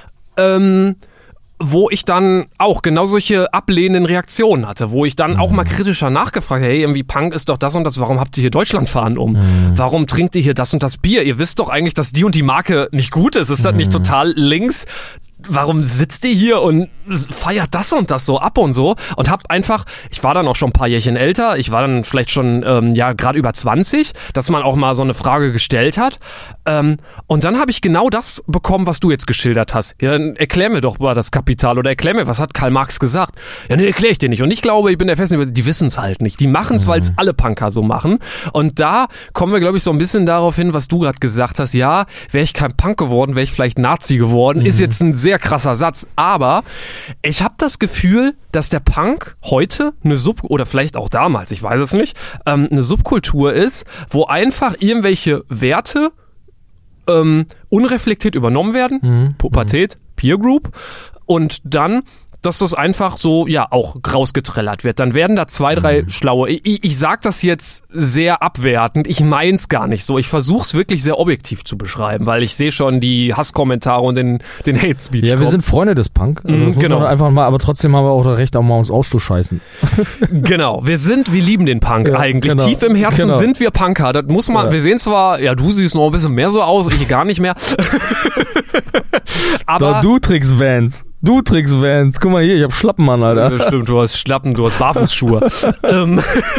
ähm, wo ich dann auch genau solche ablehnenden Reaktionen hatte, wo ich dann mhm. auch mal kritischer nachgefragt habe, hey, irgendwie Punk ist doch das und das, warum habt ihr hier Deutschlandfahnen um? Mhm. Warum trinkt ihr hier das und das Bier? Ihr wisst doch eigentlich, dass die und die Marke nicht gut ist. Ist mhm. das nicht total links? Warum sitzt ihr hier und feiert das und das so ab und so? Und hab einfach, ich war dann auch schon ein paar Jährchen älter, ich war dann vielleicht schon, ähm, ja, gerade über zwanzig, dass man auch mal so eine Frage gestellt hat. Ähm, und dann habe ich genau das bekommen, was du jetzt geschildert hast. Ja, dann erklär mir doch mal das Kapital oder erklär mir, was hat Karl Marx gesagt? Ja, nee, erklär ich dir nicht. Und ich glaube, ich bin der festen Überzeugung, die wissen es halt nicht. Die machen es, mhm. weil es alle Punker so machen. Und da kommen wir, glaube ich, so ein bisschen darauf hin, was du gerade gesagt hast. Ja, wäre ich kein Punk geworden, wäre ich vielleicht Nazi geworden. Mhm. Ist jetzt ein sehr krasser Satz, aber ich habe das Gefühl, dass der Punk heute eine Sub- oder vielleicht auch damals, ich weiß es nicht, ähm, eine Subkultur ist, wo einfach irgendwelche Werte ähm, unreflektiert übernommen werden, mhm. Pubertät, Peer Group und dann dass das einfach so, ja, auch rausgetrellert wird. Dann werden da zwei, drei mhm. schlaue, ich, ich sag das jetzt sehr abwertend, ich mein's gar nicht so. Ich versuch's wirklich sehr objektiv zu beschreiben, weil ich sehe schon die Hasskommentare und den, den Hate-Speech. Ja, wir kommen. sind Freunde des Punk. Also das mhm, muss genau. man einfach mal, aber trotzdem haben wir auch das Recht, auch mal uns auszuscheißen. Genau, wir sind, wir lieben den Punk ja, eigentlich. Genau, Tief im Herzen genau. sind wir Punker. Das muss man, ja. wir sehen zwar, ja, du siehst noch ein bisschen mehr so aus, ich gar nicht mehr. Aber Doch, du trägst Vans. Du trägst Vans. Guck mal hier, ich hab Schlappen an, Alter. Ja, stimmt, du hast Schlappen, du hast Barfußschuhe. ähm,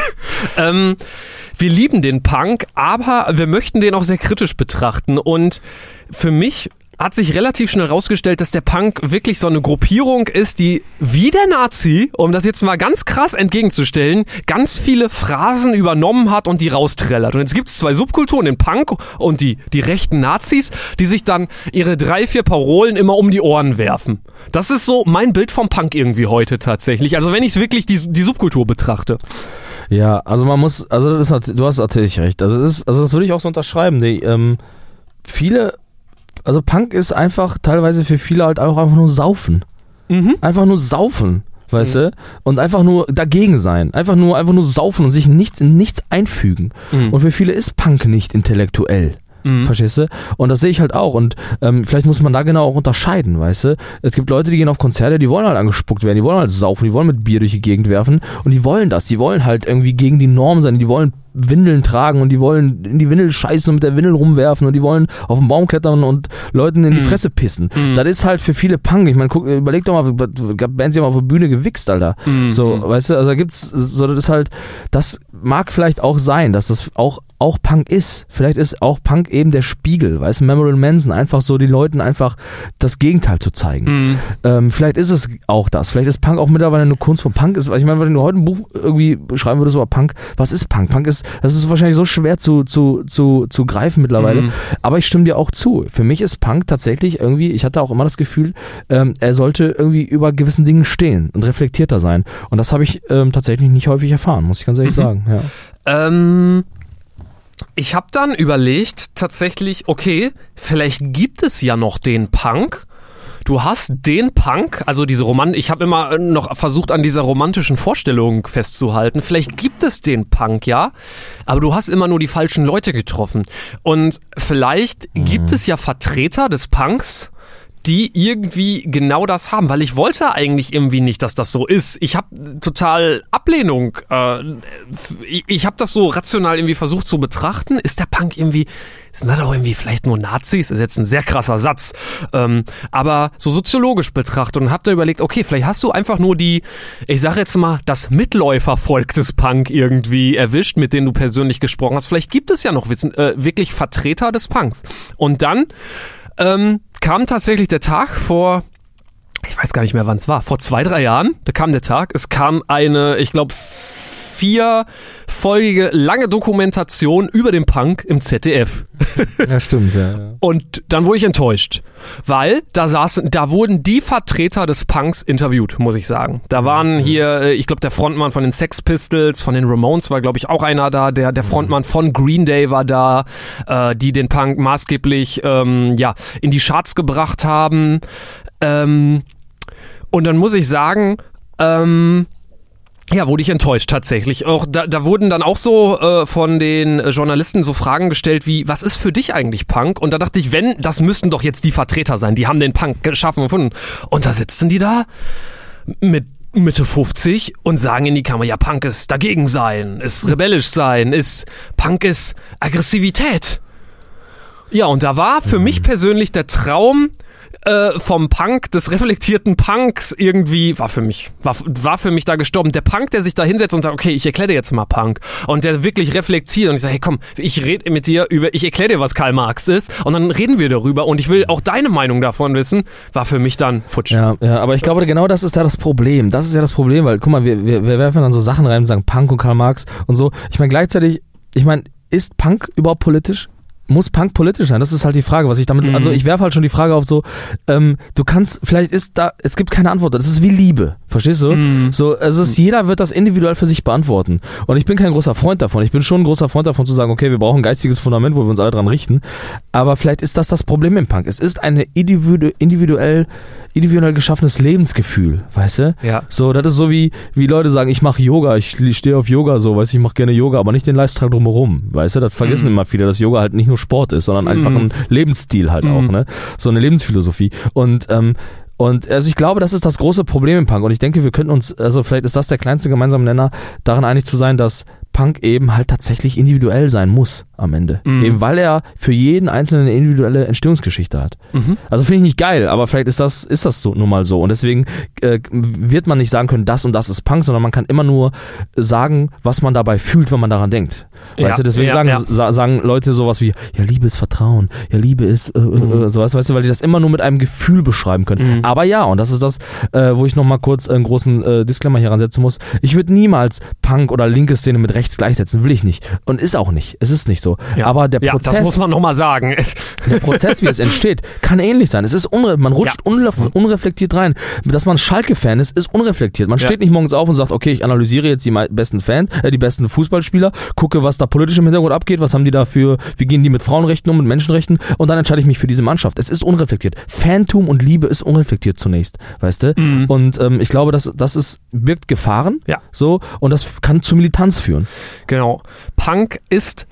ähm, wir lieben den Punk, aber wir möchten den auch sehr kritisch betrachten. Und für mich hat sich relativ schnell rausgestellt, dass der Punk wirklich so eine Gruppierung ist, die wie der Nazi, um das jetzt mal ganz krass entgegenzustellen, ganz viele Phrasen übernommen hat und die rausträllert. Und jetzt gibt es zwei Subkulturen, den Punk und die, die rechten Nazis, die sich dann ihre drei, vier Parolen immer um die Ohren werfen. Das ist so mein Bild vom Punk irgendwie heute tatsächlich. Also wenn ich es wirklich die, die Subkultur betrachte. Ja, also man muss, also das ist, du hast natürlich recht. Also das ist, also das würde ich auch so unterschreiben. Die, ähm, viele Also Punk ist einfach teilweise für viele halt auch einfach nur saufen. Mhm. Einfach nur saufen, weißt mhm. du? Und einfach nur dagegen sein. Einfach nur, einfach nur saufen und sich nichts in nichts einfügen. Mhm. Und für viele ist Punk nicht intellektuell. Mhm. Verstehst du? Und das sehe ich halt auch. Und ähm, vielleicht muss man da genau auch unterscheiden, weißt du? Es gibt Leute, die gehen auf Konzerte, die wollen halt angespuckt werden, die wollen halt saufen, die wollen mit Bier durch die Gegend werfen und die wollen das. Die wollen halt irgendwie gegen die Norm sein, die wollen Windeln tragen und die wollen in die Windel scheißen und mit der Windel rumwerfen und die wollen auf den Baum klettern und Leuten in die Fresse pissen. Mm. Das ist halt für viele Punk. Ich meine, guck, überleg doch mal, Bands, die haben auf der Bühne gewichst, Alter. Mm. So, weißt du, also da gibt's, so, das ist halt, das mag vielleicht auch sein, dass das auch, auch Punk ist. Vielleicht ist auch Punk eben der Spiegel, weißt du, Marilyn Manson, einfach so den Leuten einfach das Gegenteil zu zeigen. Mm. Ähm, vielleicht ist es auch das. Vielleicht ist Punk auch mittlerweile eine Kunst von Punk. Ist, ich meine, wenn du heute ein Buch irgendwie schreiben würdest über Punk, was ist Punk? Punk ist Das ist wahrscheinlich so schwer zu, zu, zu, zu greifen mittlerweile. Mhm. Aber ich stimme dir auch zu. Für mich ist Punk tatsächlich irgendwie, ich hatte auch immer das Gefühl, ähm, er sollte irgendwie über gewissen Dingen stehen und reflektierter sein. Und das habe ich ähm, tatsächlich nicht häufig erfahren, muss ich ganz ehrlich mhm. sagen. Ja. Ähm, ich habe dann überlegt, tatsächlich, okay, vielleicht gibt es ja noch den Punk. Du hast den Punk, also diese Roman, ich habe immer noch versucht, an dieser romantischen Vorstellung festzuhalten. Vielleicht gibt es den Punk, ja, aber du hast immer nur die falschen Leute getroffen. Und vielleicht mhm. gibt es ja Vertreter des Punks, die irgendwie genau das haben, weil ich wollte eigentlich irgendwie nicht, dass das so ist. Ich habe total Ablehnung. Äh, ich ich habe das so rational irgendwie versucht zu betrachten. Ist der Punk irgendwie, sind das auch irgendwie vielleicht nur Nazis? Das ist jetzt ein sehr krasser Satz. Ähm, aber so soziologisch betrachtet und hab da überlegt, okay, vielleicht hast du einfach nur die, ich sage jetzt mal, das Mitläufervolk des Punk irgendwie erwischt, mit denen du persönlich gesprochen hast. Vielleicht gibt es ja noch wissen, äh, wirklich Vertreter des Punks. Und dann ähm, kam tatsächlich der Tag vor, ich weiß gar nicht mehr, wann es war, vor zwei, drei Jahren, da kam der Tag, es kam eine, ich glaube, vierfolgige lange Dokumentation über den Punk im Z D F. Ja, stimmt, ja, ja. Und dann wurde ich enttäuscht, weil da saßen, da wurden die Vertreter des Punks interviewt, muss ich sagen. Da waren hier, ich glaube, der Frontmann von den Sex Pistols, von den Ramones war, glaube ich, auch einer da, der, der Frontmann von Green Day war da, äh, die den Punk maßgeblich ähm, ja, in die Charts gebracht haben. Ähm, und dann muss ich sagen, ähm, ja, wurde ich enttäuscht tatsächlich. Auch da, da wurden dann auch so äh, von den Journalisten so Fragen gestellt wie, was ist für dich eigentlich Punk? Und da dachte ich, wenn, das müssten doch jetzt die Vertreter sein, die haben den Punk geschaffen und gefunden. Und da sitzen die da mit Mitte fünfzig und sagen in die Kamera, ja, Punk ist dagegen sein, ist rebellisch sein, ist Punk ist Aggressivität. Ja, und da war für mhm. mich persönlich der Traum äh, vom Punk, des reflektierten Punks irgendwie, war für mich, war, war für mich da gestorben. Der Punk, der sich da hinsetzt und sagt, okay, ich erkläre dir jetzt mal Punk. Und der wirklich reflektiert und ich sage, hey komm, ich rede mit dir über, ich erkläre dir, was Karl Marx ist und dann reden wir darüber und ich will auch deine Meinung davon wissen, war für mich dann futsch. Ja, ja, aber ich glaube, genau das ist da das Problem. Das ist ja das Problem, weil, guck mal, wir, wir, wir werfen dann so Sachen rein und sagen Punk und Karl Marx und so. Ich meine, gleichzeitig, ich meine, ist Punk überhaupt politisch? muss Punk politisch sein? Das ist halt die Frage, was ich damit, Mhm. also ich werfe halt schon die Frage auf so, ähm, du kannst, vielleicht ist da, es gibt keine Antwort, das ist wie Liebe, verstehst du? Mhm. So, es ist, jeder wird das individuell für sich beantworten. Und ich bin kein großer Freund davon. Ich bin schon ein großer Freund davon zu sagen, okay, wir brauchen ein geistiges Fundament, wo wir uns alle dran richten. Aber vielleicht ist das das Problem im Punk. Es ist ein individu- individuell, individuell geschaffenes Lebensgefühl, weißt du? Ja. So, das ist so wie, wie Leute sagen, ich mache Yoga, ich stehe auf Yoga, so, weißt du, ich mache gerne Yoga, aber nicht den Lifestyle drumherum, weißt du? Das vergessen Mhm. immer viele, dass Yoga halt nicht nur Sport ist, sondern einfach Mhm. ein Lebensstil halt Mhm. auch, ne? So eine Lebensphilosophie. Und, ähm, und also ich glaube, das ist das große Problem im Punk. Und ich denke, wir könnten uns, also vielleicht ist das der kleinste gemeinsame Nenner, darin einig zu sein, dass Punk eben halt tatsächlich individuell sein muss am Ende. Mhm. Eben weil er für jeden Einzelnen eine individuelle Entstehungsgeschichte hat. Mhm. Also finde ich nicht geil, aber vielleicht ist das, ist das so nun mal so. Und deswegen äh, wird man nicht sagen können, das und das ist Punk, sondern man kann immer nur sagen, was man dabei fühlt, wenn man daran denkt. Ja, Weißt du, deswegen ja, sagen, ja. sa- sagen Leute sowas wie, ja, Liebe ist Vertrauen, ja, Liebe ist äh, Mhm. äh, sowas, weißt du, weil die das immer nur mit einem Gefühl beschreiben können. Mhm. Aber ja, und das ist das, äh, wo ich nochmal kurz einen großen äh, Disclaimer hier ransetzen muss. Ich würde niemals Punk oder linke Szene mit rechts gleichsetzen, will ich nicht. Und ist auch nicht. Es ist nicht so. Ja. Aber der Ja, Prozess, das muss man nochmal sagen. Es, der Prozess, wie es entsteht, kann ähnlich sein. Es ist unre man rutscht unref unreflektiert rein. Dass man Schalke-Fan ist, ist unreflektiert. Man Ja. steht nicht morgens auf und sagt, okay, ich analysiere jetzt die mei- besten Fans, äh, die besten Fußballspieler, gucke, was da politisch im Hintergrund abgeht, was haben die da für, wie gehen die mit Frauenrechten um, mit Menschenrechten, und dann entscheide ich mich für diese Mannschaft. Es ist unreflektiert. Fantum und Liebe ist unreflektiert zunächst, weißt du? Mhm. Und ähm, ich glaube, das, das ist, birgt Gefahren, Ja. so, und das kann zu Militanz führen. Genau. Punk ist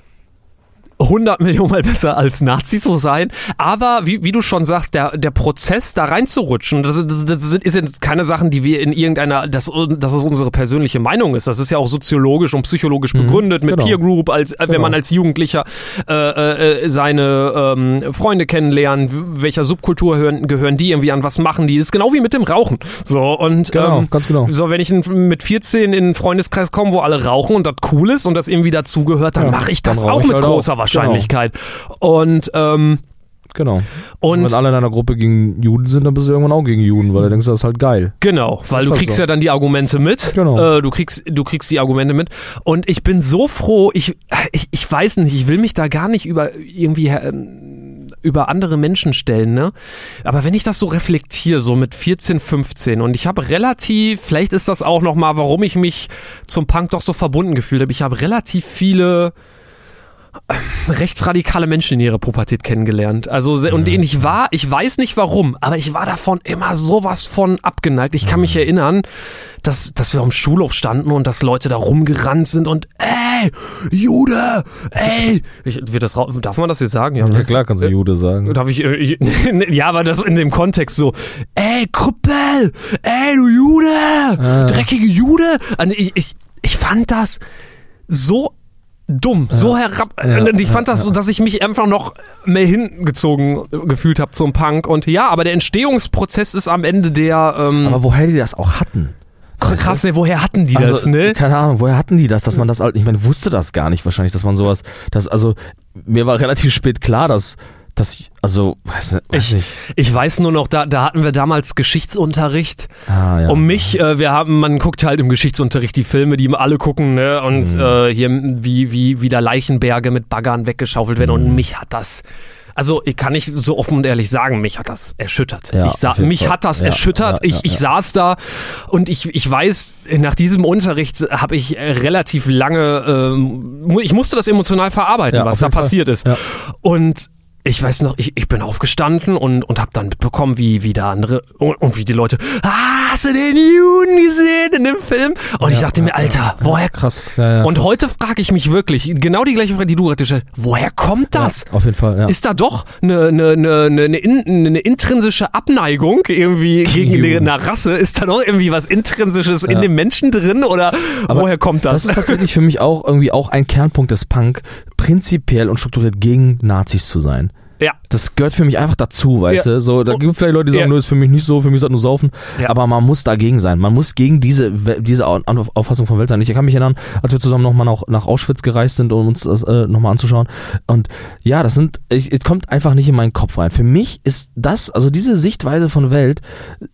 hundert Millionen Mal besser als Nazi zu sein, aber wie, wie du schon sagst, der, der Prozess da reinzurutschen, das, das, das sind, ist jetzt keine Sachen, die wir in irgendeiner, das, dass es unsere persönliche Meinung ist, das ist ja auch soziologisch und psychologisch begründet, mit genau. Peer Group, als äh, wenn Genau. man als Jugendlicher äh, äh, seine ähm, Freunde kennenlernt, welcher Subkultur hören, gehören die irgendwie an, was machen die, das ist genau wie mit dem Rauchen. So, und Genau, ähm, ganz genau. so, wenn ich in, mit vierzehn in einen Freundeskreis komme, wo alle rauchen und das cool ist und das irgendwie dazugehört, dann Ja, mache ich dann das rauch auch ich mit halt auch. großer Genau. Wahrscheinlichkeit. Und, ähm, Genau. und wenn alle in einer Gruppe gegen Juden sind, dann bist du irgendwann auch gegen Juden, weil du denkst, das ist halt geil. genau, weil ist du halt kriegst so. ja dann die Argumente mit. Genau. Äh, du kriegst, du kriegst die Argumente mit. Und ich bin so froh, ich, ich, ich weiß nicht, ich will mich da gar nicht über irgendwie, ähm, über andere Menschen stellen, ne? Aber wenn ich das so reflektiere, so mit vierzehn, fünfzehn, und ich habe relativ, vielleicht ist das auch nochmal, warum ich mich zum Punk doch so verbunden gefühlt habe, ich habe relativ viele rechtsradikale Menschen in ihrer Pubertät kennengelernt. Also, se- und ich war, ich weiß nicht warum, aber ich war davon immer sowas von abgeneigt. Ich kann mich erinnern, dass, dass wir am Schulhof standen und dass Leute da rumgerannt sind und, ey, Jude, ey. Ich, wird das, rau- darf man das jetzt sagen? Ja, Ja ne? klar, kannst du Jude sagen. Darf ich, äh, ich ja, aber das in dem Kontext so, ey, Krüppel, ey, du Jude, Ah. dreckige Jude. Und ich, ich, ich fand das so dumm, so herab. Ja, und ich fand ja, das so, dass ich mich einfach noch mehr hingezogen gefühlt habe zum Punk. Und ja, aber der Entstehungsprozess ist am Ende der, ähm, Aber woher die das auch hatten? krass, ne, woher hatten die Also, das, ne? keine Ahnung, woher hatten die das, dass man das halt, ich meine, wusste das gar nicht wahrscheinlich, dass man sowas, das, also, mir war relativ spät klar, dass, dass ich, also, weiß nicht, weiß Ich, nicht. ich weiß nur noch, da, da hatten wir damals Geschichtsunterricht. Ah, ja. Um mich, äh, wir haben, man guckt halt im Geschichtsunterricht die Filme, die alle gucken, ne? Und Mhm. äh, hier, wie, wie, wie da Leichenberge mit Baggern weggeschaufelt werden. Mhm. Und mich hat das, also ich kann nicht so offen und ehrlich sagen, mich hat das erschüttert. Ja, ich sa auf jeden mich Fall. hat das Ja, erschüttert. ja, ich ja, ich ja. saß da und ich, ich weiß, nach diesem Unterricht habe ich äh, relativ lange, ähm, mu- ich musste das emotional verarbeiten, Ja, was auf da jeden Fall. passiert ist. Ja. Und ich weiß noch, ich, ich bin aufgestanden und, und habe dann mitbekommen, wie, wie da andere und, und wie die Leute, ah, hast du den Juden gesehen in dem Film? Und ich Ja, dachte ja, mir, Alter, woher? krass, ja, ja. Und heute frage ich mich wirklich, genau die gleiche Frage, die du gerade gestellt hast, woher kommt das? Ja, auf jeden Fall, ja. Ist da doch eine, eine, eine, eine, in- eine intrinsische Abneigung irgendwie Gegen gegen Juden. eine Rasse? Ist da doch irgendwie was Intrinsisches in Ja. dem Menschen drin oder Aber woher kommt das? Das ist tatsächlich für mich auch irgendwie auch ein Kernpunkt des Punk, prinzipiell und strukturiert gegen Nazis zu sein. ja. Das gehört für mich einfach dazu, weißt Ja. du? So, da gibt es vielleicht Leute, die sagen, Ja. nö, ist für mich nicht so, für mich ist das nur Saufen. Ja. Aber man muss dagegen sein. Man muss gegen diese, diese Au- Auffassung von Welt sein. Ich kann mich erinnern, als wir zusammen nochmal nach, nach Auschwitz gereist sind, um uns das äh, nochmal anzuschauen. Und ja, das sind, es kommt einfach nicht in meinen Kopf rein. Für mich ist das, also diese Sichtweise von Welt,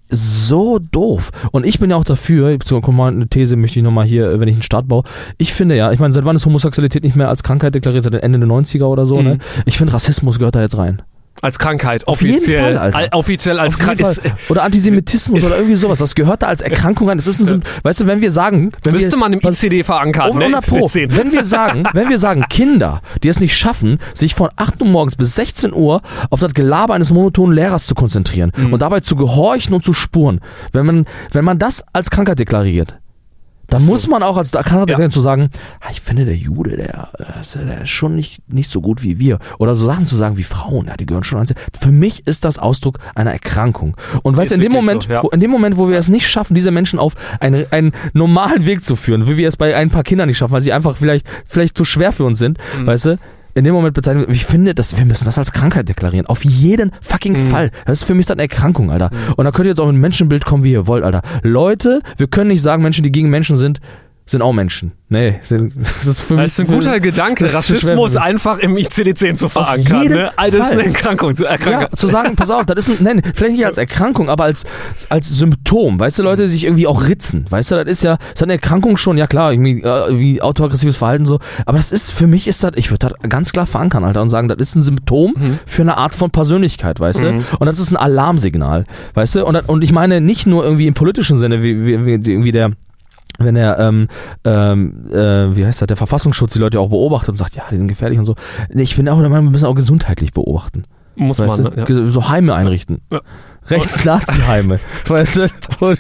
so doof. Und ich bin ja auch dafür, so, guck mal, eine These möchte ich nochmal hier, wenn ich einen Start baue. Ich finde ja, ich meine, seit wann ist Homosexualität nicht mehr als Krankheit deklariert? Seit Ende der neunziger oder so, mhm. ne? Ich finde, Rassismus gehört da jetzt rein. Als Krankheit, Auf offiziell. jeden Fall, Alter. Al- offiziell als Krankheit. Oder Antisemitismus oder irgendwie sowas. Das gehört da als Erkrankung rein. Das ist ein Sym- weißt du, wenn wir sagen... Wenn Müsste wir, man im I C D verankern, oh, ne? hundert Pro. Wenn wir sagen, wenn wir sagen, Kinder, die es nicht schaffen, sich von acht Uhr morgens bis sechzehn Uhr auf das Gelaber eines monotonen Lehrers zu konzentrieren mhm. und dabei zu gehorchen und zu spuren, wenn man, wenn man das als Krankheit deklariert, dann so. muss man auch als Krankheit ja. zu sagen, ich finde, der Jude, der, der ist schon nicht, nicht so gut wie wir. Oder so Sachen zu sagen wie Frauen, ja, die gehören schon ans. Für mich ist das Ausdruck einer Erkrankung. Und weißt du, in dem Moment, so, ja. wo, in dem Moment, wo wir es nicht schaffen, diese Menschen auf einen, einen normalen Weg zu führen, wie wir es bei ein paar Kindern nicht schaffen, weil sie einfach vielleicht, vielleicht zu schwer für uns sind, mhm. weißt du, in dem Moment bezeichnen wir, ich finde, dass wir müssen das als Krankheit deklarieren. Auf jeden fucking mhm. Fall. Das ist für mich dann eine Erkrankung, Alter. Mhm. Und da könnt ihr jetzt auch mit einem Menschenbild kommen, wie ihr wollt, Alter. Leute, wir können nicht sagen, Menschen, die gegen Menschen sind, sind auch Menschen. Nee, sind, das ist für mich... Das ist ein guter für, Gedanke, Rassismus einfach im I C D zehn zu verankern. Ne? Also das ist eine Erkrankung. Zu, Erkrankung. Ja, zu sagen, pass auf, das ist ein, nein, vielleicht nicht als Erkrankung, aber als, als Symptom. Weißt du, Leute, die sich irgendwie auch ritzen. Weißt du, das ist ja, das ist eine Erkrankung schon, ja klar, irgendwie, wie autoaggressives Verhalten so. Aber das ist, für mich ist das, ich würde das ganz klar verankern, Alter, und sagen, das ist ein Symptom mhm. für eine Art von Persönlichkeit, weißt du? Mhm. Und das ist ein Alarmsignal, weißt du? Und, und ich meine nicht nur irgendwie im politischen Sinne, wie, wie, wie irgendwie der, wenn er, ähm, ähm, äh, wie heißt das, der Verfassungsschutz die Leute auch beobachtet und sagt, ja, die sind gefährlich und so. Ich bin auch der Meinung, wir müssen auch gesundheitlich beobachten. Muss weißt man, du? Ja. So Heime einrichten. Ja. Rechts-Nazi-Heime. Weißt du?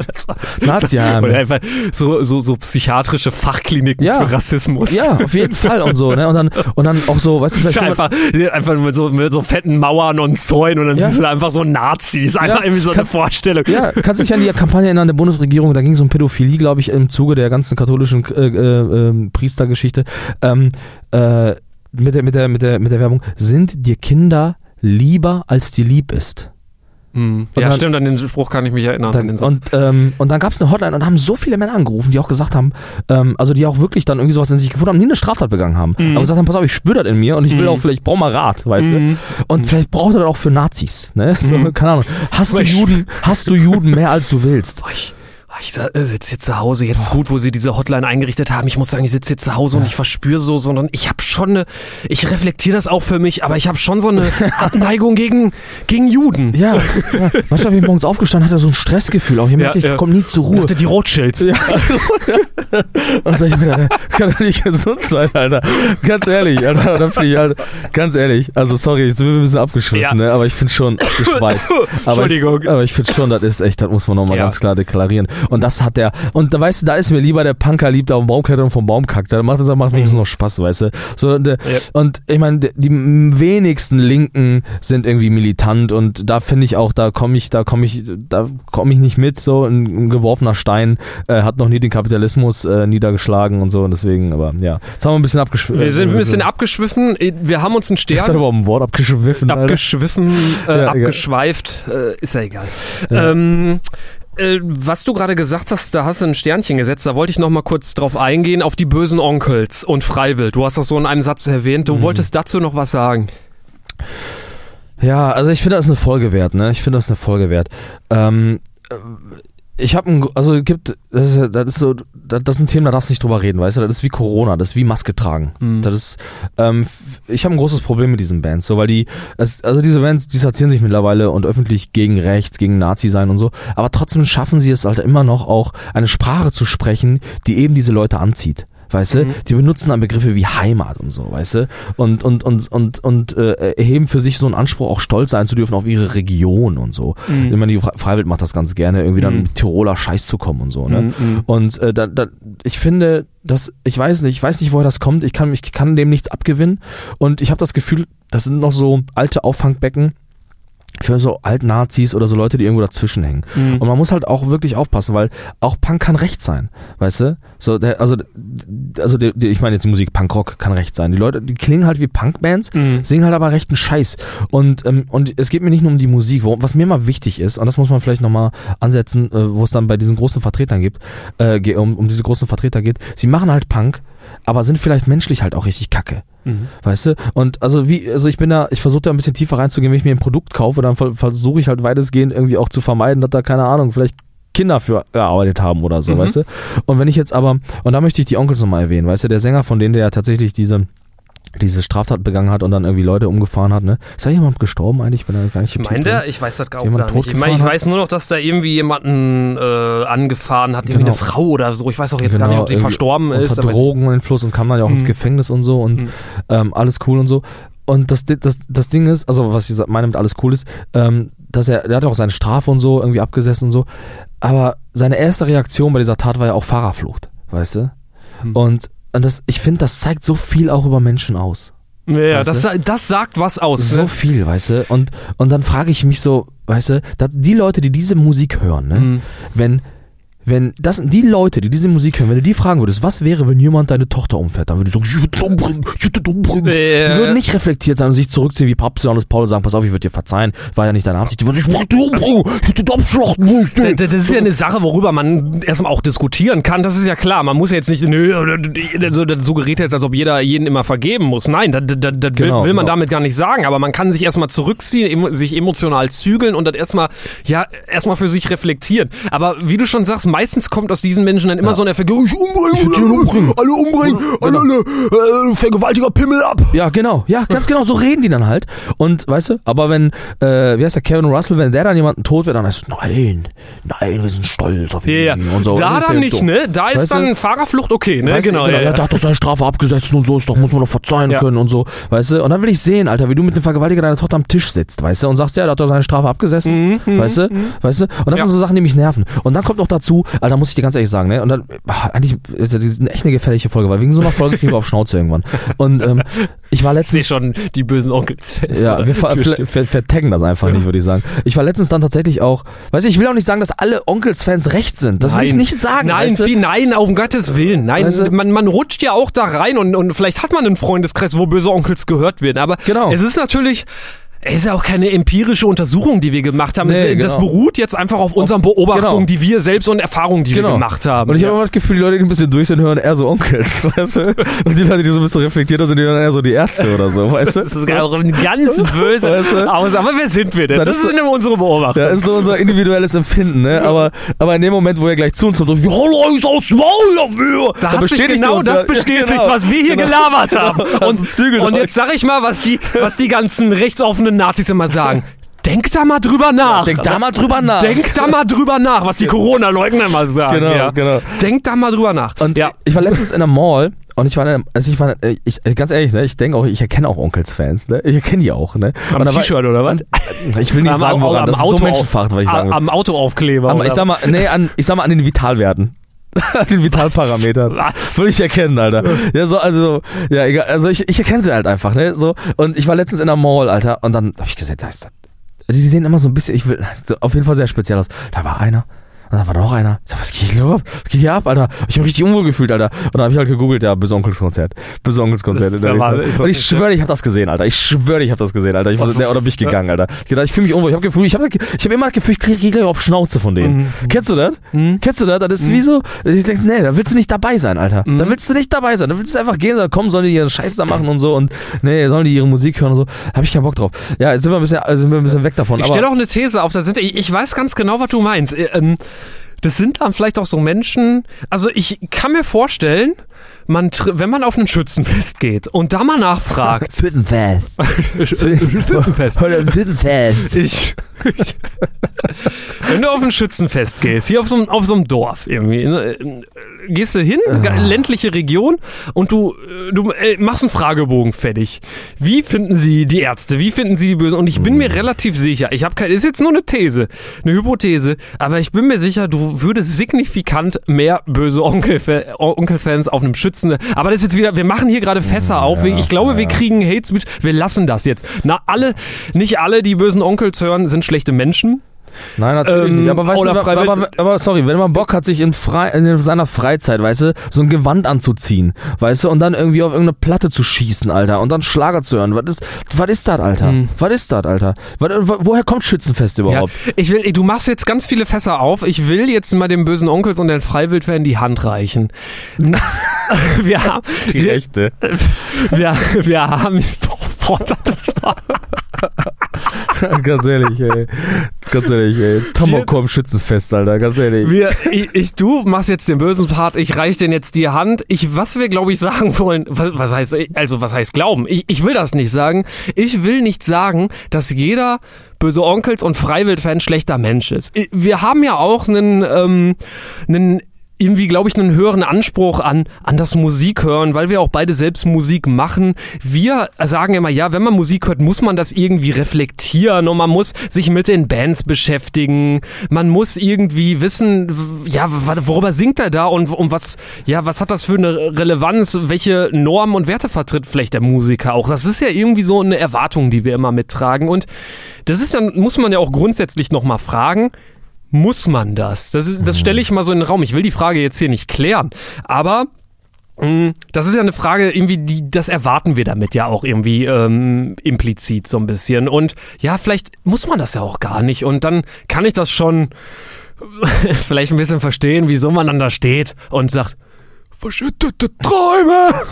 Nazi-Heime. Oder einfach so, so, so psychiatrische Fachkliniken ja. für Rassismus. Ja, auf jeden Fall und so, ne? Und dann, und dann auch so, weißt du, vielleicht. Einfach, einfach mit so, mit so fetten Mauern und Zäunen und dann ja. siehst du einfach so Nazis. Einfach ja, irgendwie so kannst, eine Vorstellung. Ja, kannst dich an die Kampagne erinnern der Bundesregierung, da ging es um Pädophilie, glaube ich, im Zuge der ganzen katholischen äh, äh, Priestergeschichte. Ähm, äh, mit der, mit der, mit der, mit der Werbung. Sind dir Kinder lieber, als dir lieb ist? Mhm. Ja, dann, stimmt, an den Spruch kann ich mich erinnern. Dann, an den Satz. Und, ähm, und dann gab es eine Hotline und haben so viele Männer angerufen, die auch gesagt haben, ähm, also die auch wirklich dann irgendwie sowas in sich gefunden haben, nie eine Straftat begangen haben. Mhm. Aber gesagt haben, pass auf, ich spüre das in mir und ich will mhm. auch, vielleicht, ich brauche mal Rat, weißt mhm. du? Und mhm. vielleicht braucht er das auch für Nazis, ne? So, mhm. keine Ahnung. Hast du Juden, hast du Juden mehr, als du willst? Ich, ich sitze jetzt zu Hause, jetzt ist gut, wo sie diese Hotline eingerichtet haben. Ich muss sagen, ich sitze jetzt zu Hause ja. und ich verspüre so, sondern ich habe schon eine, ich reflektiere das auch für mich, aber ich habe schon so eine Abneigung gegen, gegen Juden. Ja, ja. Manchmal bin ich morgens aufgestanden, hatte so ein Stressgefühl auch. Ich merke, ja, ich komme nie zur Ruhe. Die Rothschilds. Ja. Und so, ich mir gedacht, kann doch nicht gesund sein, Alter. Ganz ehrlich, Alter. Da ich halt, ganz ehrlich, also sorry, ich bin ein bisschen abgeschwiffen, ja. ne? Aber ich finde schon abgeschweift. Aber Entschuldigung. Ich, aber ich finde schon, das ist echt, das muss man nochmal ja. ganz klar deklarieren. Und das hat der, und da weißt du, da ist mir lieber der Punker lieb, der auf dem Baum klettert und vom Baum kackt. Da macht das macht wenigstens noch Spaß, weißt du. So, und, ja. und ich meine, die wenigsten Linken sind irgendwie militant und da finde ich auch, da komme ich, da komme ich, da komme ich nicht mit. So ein, ein geworfener Stein äh, hat noch nie den Kapitalismus äh, niedergeschlagen und so. Und deswegen, aber ja, jetzt haben wir ein bisschen abgeschwiffen. Wir sind ein bisschen abgeschwiffen. Wir haben uns einen Stern. Ist das überhaupt ein Wort? Abgeschwiffen. Abgeschwiffen, äh, ja, abgeschweift. Äh, ist ja egal. Ja. Ähm, Was du gerade gesagt hast, da hast du ein Sternchen gesetzt, da wollte ich noch mal kurz drauf eingehen, auf die bösen Onkels und Freiwild. Du hast das so in einem Satz erwähnt. Du mhm. wolltest dazu noch was sagen. Ja, also ich finde, das ist eine Folge wert, ne? Ich finde, das ist eine Folge wert. Ähm, ich habe ein, also gibt, das ist, das ist so, das sind Themen, da darfst du nicht drüber reden, weißt du? Das ist wie Corona, das ist wie Maske tragen. Mhm. Das ist, ähm, ich habe ein großes Problem mit diesen Bands, so, weil die, es, also diese Bands distanzieren sich mittlerweile und öffentlich gegen rechts, gegen Nazi sein und so, aber trotzdem schaffen sie es halt immer noch auch, eine Sprache zu sprechen, die eben diese Leute anzieht. Weißt du, mhm. die benutzen dann Begriffe wie Heimat und so, weißt du, und und und und und äh, erheben für sich so einen Anspruch, auch stolz sein zu dürfen auf ihre Region und so. Mhm. Ich meine, die Freiwild macht das ganz gerne, irgendwie dann mit Tiroler Scheiß zu kommen und so, ne? Mhm. Und äh, da, da, ich finde, dass ich weiß nicht, ich weiß nicht, woher das kommt. Ich kann, ich kann dem nichts abgewinnen und ich habe das Gefühl, das sind noch so alte Auffangbecken für so Alt-Nazis oder so Leute, die irgendwo dazwischen hängen. Mhm. Und man muss halt auch wirklich aufpassen, weil auch Punk kann recht sein, weißt du? So, der, also, also der, der, ich meine jetzt die Musik, Punkrock kann recht sein. Die Leute, die klingen halt wie Punkbands, mhm. singen halt aber rechten Scheiß. Und, ähm, und es geht mir nicht nur um die Musik, wo, was mir mal wichtig ist, und das muss man vielleicht nochmal ansetzen, äh, wo es dann bei diesen großen Vertretern gibt, äh, um, um diese großen Vertreter geht, sie machen halt Punk, aber sind vielleicht menschlich halt auch richtig kacke. Mhm. Weißt du? Und also wie, also ich bin da, ich versuche da ein bisschen tiefer reinzugehen, wenn ich mir ein Produkt kaufe, dann versuche ich halt weitestgehend irgendwie auch zu vermeiden, dass da, keine Ahnung, vielleicht Kinder für gearbeitet haben oder so, mhm. weißt du? Und wenn ich jetzt aber, und da möchte ich die Onkels nochmal erwähnen, weißt du, der Sänger, von denen der ja tatsächlich diese diese Straftat begangen hat und dann irgendwie Leute umgefahren hat, ne? Ist da jemand gestorben eigentlich? Bin da gar nicht ich meine, der, ich weiß das gar, auch gar nicht. Ich, mein, ich weiß nur noch, dass da irgendwie jemanden äh, angefahren hat, irgendwie genau. eine Frau oder so. Ich weiß auch jetzt genau, gar nicht, ob sie verstorben ist. Unter Drogeneinfluss und kam dann ja auch mhm. ins Gefängnis und so und mhm. ähm, alles cool und so. Und das, das, das Ding ist, also was ich meine mit alles cool ist, ähm, dass er, der hat auch seine Strafe und so irgendwie abgesessen und so, aber seine erste Reaktion bei dieser Tat war ja auch Fahrerflucht, weißt du? Mhm. Und Und das, ich finde, das zeigt so viel auch über Menschen aus. Ja, das, das sagt was aus. So ne? viel, weißt du? Und, und dann frage ich mich so, weißt du, dass die Leute, die diese Musik hören, ne, mhm. wenn, wenn das, die Leute, die diese Musik hören, wenn du die fragen würdest, was wäre, wenn jemand deine Tochter umfährt, dann würde ich sagen, ich würde ihn umbringen, ich würde ihn umbringen. Ja. Die würden nicht reflektiert sein und sich zurückziehen wie Papst Johannes Paul und sagen, pass auf, ich würde dir verzeihen, war ja nicht deine Absicht. Die würden sagen, ich würde ihn umbringen, ich würde ihn abschlachten. Das, das ist ja eine Sache, worüber man erstmal auch diskutieren kann, das ist ja klar. Man muss ja jetzt nicht, nö, so, das suggeriert jetzt, als ob jeder jeden immer vergeben muss. Nein, das, das, das genau, will, will man genau. damit gar nicht sagen, aber man kann sich erstmal zurückziehen, sich emotional zügeln und das erstmal, ja, erstmal für sich reflektieren. Aber wie du schon sagst, meistens kommt aus diesen Menschen dann immer ja. so ein Effekt, ich umbringen, ich umbringen, alle umbringen, alle, alle, äh, vergewaltiger Pimmel ab. Ja, genau, ja, ganz genau, so reden die dann halt. Und, weißt du, aber wenn, äh, wie heißt der, Kevin Russell, wenn der dann jemanden tot wird, dann heißt es, nein, nein, wir sind stolz auf ihn ja, ja. und so. Da und dann nicht, dumm. ne, da ist weißt dann du? Fahrerflucht okay, ne, weißt genau. genau ja, ja, der hat doch seine Strafe abgesetzt und so, ist doch, muss man doch verzeihen ja. können und so, weißt du. Und dann will ich sehen, Alter, wie du mit dem Vergewaltiger deiner Tochter am Tisch sitzt, weißt du, und sagst, ja, der hat doch seine Strafe abgesessen, mhm, weißt du, mhm. weißt du. Und das ja. sind so Sachen, die mich nerven. Und dann kommt noch dazu, Alter, muss ich dir ganz ehrlich sagen, ne, und dann, ach, eigentlich, das ist eine echt eine gefährliche Folge, weil wegen so einer Folge kriegen wir auf Schnauze irgendwann. Und ähm, ich war letztens... Ich sehe schon die bösen Onkels-Fans. Ja, wir ver ver ver vertaggen das einfach ja. nicht, würde ich sagen. Ich war letztens dann tatsächlich auch, weißt du, ich will auch nicht sagen, dass alle Onkels-Fans recht sind. Das nein. will ich nicht sagen. Nein, weißt du? viel, nein, um Gottes Willen. Nein, weißt du? man, man rutscht ja auch da rein und, und vielleicht hat man einen Freundeskreis, wo böse Onkels gehört werden. Aber genau. es ist natürlich... Es ist ja auch keine empirische Untersuchung, die wir gemacht haben. Nee, es, genau. Das beruht jetzt einfach auf unseren Beobachtungen, genau. die wir selbst und Erfahrungen, die genau. wir gemacht haben. Und ich ja. habe immer das Gefühl, die Leute, die ein bisschen durch sind, hören eher so Onkels, weißt du? Und die Leute, die so ein bisschen reflektierter sind, die hören eher so die Ärzte oder so, weißt du? Das ist auch ein ganz böse weißt du? Aus. Aber wer sind wir denn? Das, das ist immer unsere Beobachtung. Das ist so unser individuelles Empfinden, ne? Aber, aber in dem Moment, wo er gleich zu uns kommt, so, ja, Leute, aus Maul, da, da bestätigt genau das bestätigt, genau. was wir hier genau. gelabert haben. Und, also und jetzt sag ich mal, was die, was die ganzen rechtsoffenen Nazis immer sagen. Denk da mal drüber nach. Ja, denk da mal drüber nach. Denk da mal drüber nach, was die Corona-Leugner mal sagen. Genau, ja. genau. Denk da mal drüber nach. Und ja. ich war letztens in einer Mall und ich war, in, also ich war, ich, ganz ehrlich, ne, ich denke auch, ich erkenne auch Onkels-Fans, ne, ich erkenne die auch, ne. Am T-Shirt oder was? Ich will nicht am, sagen, woran, am, das am ist Auto so menschenverachtend, was ich sagen will. Am Autoaufkleber. Am, ich sag mal, nee, an, ich sag mal an den Vitalwerten. An den Vitalparametern. Was? Würde ich erkennen, Alter. Ja, so, also, ja, egal, also ich, ich erkenne sie halt einfach, ne, so. Und ich war letztens in einer Mall, Alter, und dann hab ich gesagt, da ist das. Die sehen immer so ein bisschen, ich will, so auf jeden Fall sehr speziell aus. Da war einer, und dann war noch einer. Ich so, was geht hier ab? Was geht hier ab, Alter? Ich hab mich richtig unwohl gefühlt, Alter. Und dann hab ich halt gegoogelt, ja, böse Onkels-Konzert. Böse Onkels-Konzert. Und ich schwöre, ich hab das gesehen, Alter. Ich schwöre, ich hab das gesehen, Alter. Ich was, oder bin ich gegangen, Alter. Ich gedacht, ich fühle mich unwohl. Ich hab Gefühl, ich hab, ich hab immer das Gefühl, ich krieg gleich auf Schnauze von denen. Mhm. Kennst du das? Mhm. Kennst du das? Das ist mhm. wie so, ich denk, nee, da willst du nicht dabei sein, Alter. Mhm. Da willst du nicht dabei sein. Da willst du einfach gehen, sagen, komm, sollen die ihren Scheiß da machen und so und nee, sollen die ihre Musik hören und so. Hab ich keinen Bock drauf. Ja, jetzt sind wir ein bisschen, also sind wir ein bisschen weg davon. Ich stelle auch eine These auf, da sind, ich, ich weiß ganz genau, was du meinst. Ähm, Das sind dann vielleicht auch so Menschen, also ich kann mir vorstellen, man, wenn man auf ein Schützenfest geht und da mal nachfragt. Schützenfest. Schützenfest. Schützenfest. Ich, ich, wenn du auf ein Schützenfest gehst, hier auf so, auf so einem Dorf irgendwie, gehst du hin, ländliche Region und du, du machst einen Fragebogen fertig. Wie finden sie die Ärzte? Wie finden sie die Bösen? Und ich bin mir relativ sicher, ich habe keine, ist jetzt nur eine These, eine Hypothese, aber ich bin mir sicher, du würdest signifikant mehr böse Onkel, Onkelfans auf einem Schützen. Aber das ist jetzt wieder, wir machen hier gerade Fässer auf. Ja, ich glaube, ja. wir kriegen Hate Speech. Wir lassen das jetzt. Na, alle, nicht alle, die bösen Onkels hören, sind schlechte Menschen. Nein, natürlich Ähm, nicht. Aber weißt oder du, freiwillig- aber, aber sorry, wenn man Bock hat, sich in, frei, in seiner Freizeit, weißt du, so ein Gewand anzuziehen, weißt du, und dann irgendwie auf irgendeine Platte zu schießen, Alter, und dann Schlager zu hören, was ist, was ist das, Alter? Hm. Was ist das, Alter? Was, woher kommt Schützenfest Ja. überhaupt? Ich will, du machst jetzt ganz viele Fässer auf. Ich will jetzt mal dem bösen Onkels und den Freiwildfan die Hand reichen. wir haben, Die wir, Rechte. wir, wir haben, boah, boah, das war, Ganz ehrlich, ey. Ganz ehrlich, ey. Tomoko am Schützenfest, Alter, ganz ehrlich. wir, ich, ich, du machst jetzt den bösen Part. Ich reich dir jetzt die Hand. Ich, was wir, glaube ich, sagen wollen, was, was heißt, also was heißt glauben? Ich, ich will das nicht sagen. Ich will nicht sagen, dass jeder böse Onkels und Freiwildfan schlechter Mensch ist. Wir haben ja auch einen, ähm, einen irgendwie, glaube ich, einen höheren Anspruch an, an das Musikhören, weil wir auch beide selbst Musik machen. Wir sagen immer, ja, wenn man Musik hört, muss man das irgendwie reflektieren und man muss sich mit den Bands beschäftigen. Man muss irgendwie wissen, w- ja, w- worüber singt er da und um was, ja, was hat das für eine Relevanz? Welche Normen und Werte vertritt vielleicht der Musiker auch? Das ist ja irgendwie so eine Erwartung, die wir immer mittragen und das ist dann, muss man ja auch grundsätzlich nochmal fragen, muss man das? Das, ist, das stelle ich mal so in den Raum. Ich will die Frage jetzt hier nicht klären, aber mh, das ist ja eine Frage, irgendwie, die, das erwarten wir damit ja auch irgendwie ähm, implizit so ein bisschen. Und ja, vielleicht muss man das ja auch gar nicht. Und dann kann ich das schon vielleicht ein bisschen verstehen, wieso man dann da steht und sagt, verschüttete Träume.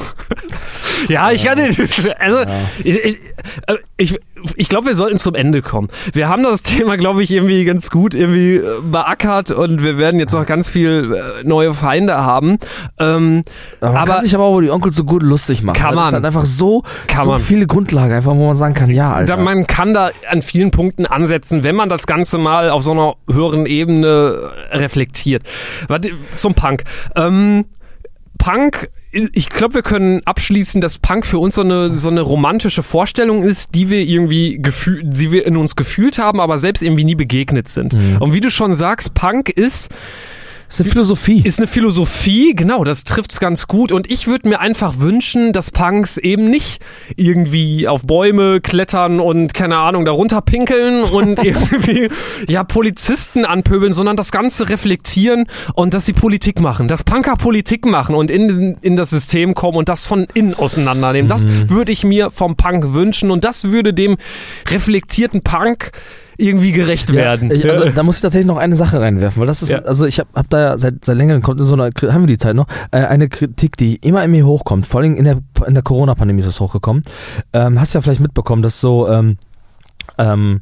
Ja, ich kann nicht. Also, ich, ich, ich, ich glaube, wir sollten zum Ende kommen. Wir haben das Thema, glaube ich, irgendwie ganz gut irgendwie äh, beackert und wir werden jetzt noch ganz viel äh, neue Feinde haben. Ähm, Aber man aber kann sich aber auch über die Onkels so gut lustig machen. Kann Das ist man. halt einfach so, Kann so man. viele Grundlagen, einfach, wo man sagen kann, ja, Alter. da, man kann da an vielen Punkten ansetzen, wenn man das Ganze mal auf so einer höheren Ebene reflektiert. Warte, zum Punk. Ähm, Punk, ich glaube, wir können abschließen, dass Punk für uns so eine, so eine romantische Vorstellung ist, die wir irgendwie gefühlt, die wir in uns gefühlt haben, aber selbst irgendwie nie begegnet sind. Mhm. Und wie du schon sagst, Punk ist Das ist eine Philosophie. Ist eine Philosophie, genau, das trifft's ganz gut. Und ich würde mir einfach wünschen, dass Punks eben nicht irgendwie auf Bäume klettern und, keine Ahnung, darunter pinkeln und irgendwie, ja, Polizisten anpöbeln, sondern das Ganze reflektieren und dass sie Politik machen. Dass Punker Politik machen und in, in das System kommen und das von innen auseinandernehmen. Das würde ich mir vom Punk wünschen und das würde dem reflektierten Punk irgendwie gerecht werden. Ja, ich, also, da muss ich tatsächlich noch eine Sache reinwerfen, weil das ist, Ja. also ich habe hab da ja seit, seit längerem, kommt in so einer, haben wir die Zeit noch, äh, eine Kritik, die immer in mir hochkommt, vor allem in der, in der Corona-Pandemie ist das hochgekommen. Ähm, hast ja vielleicht mitbekommen, dass so, ähm, ähm,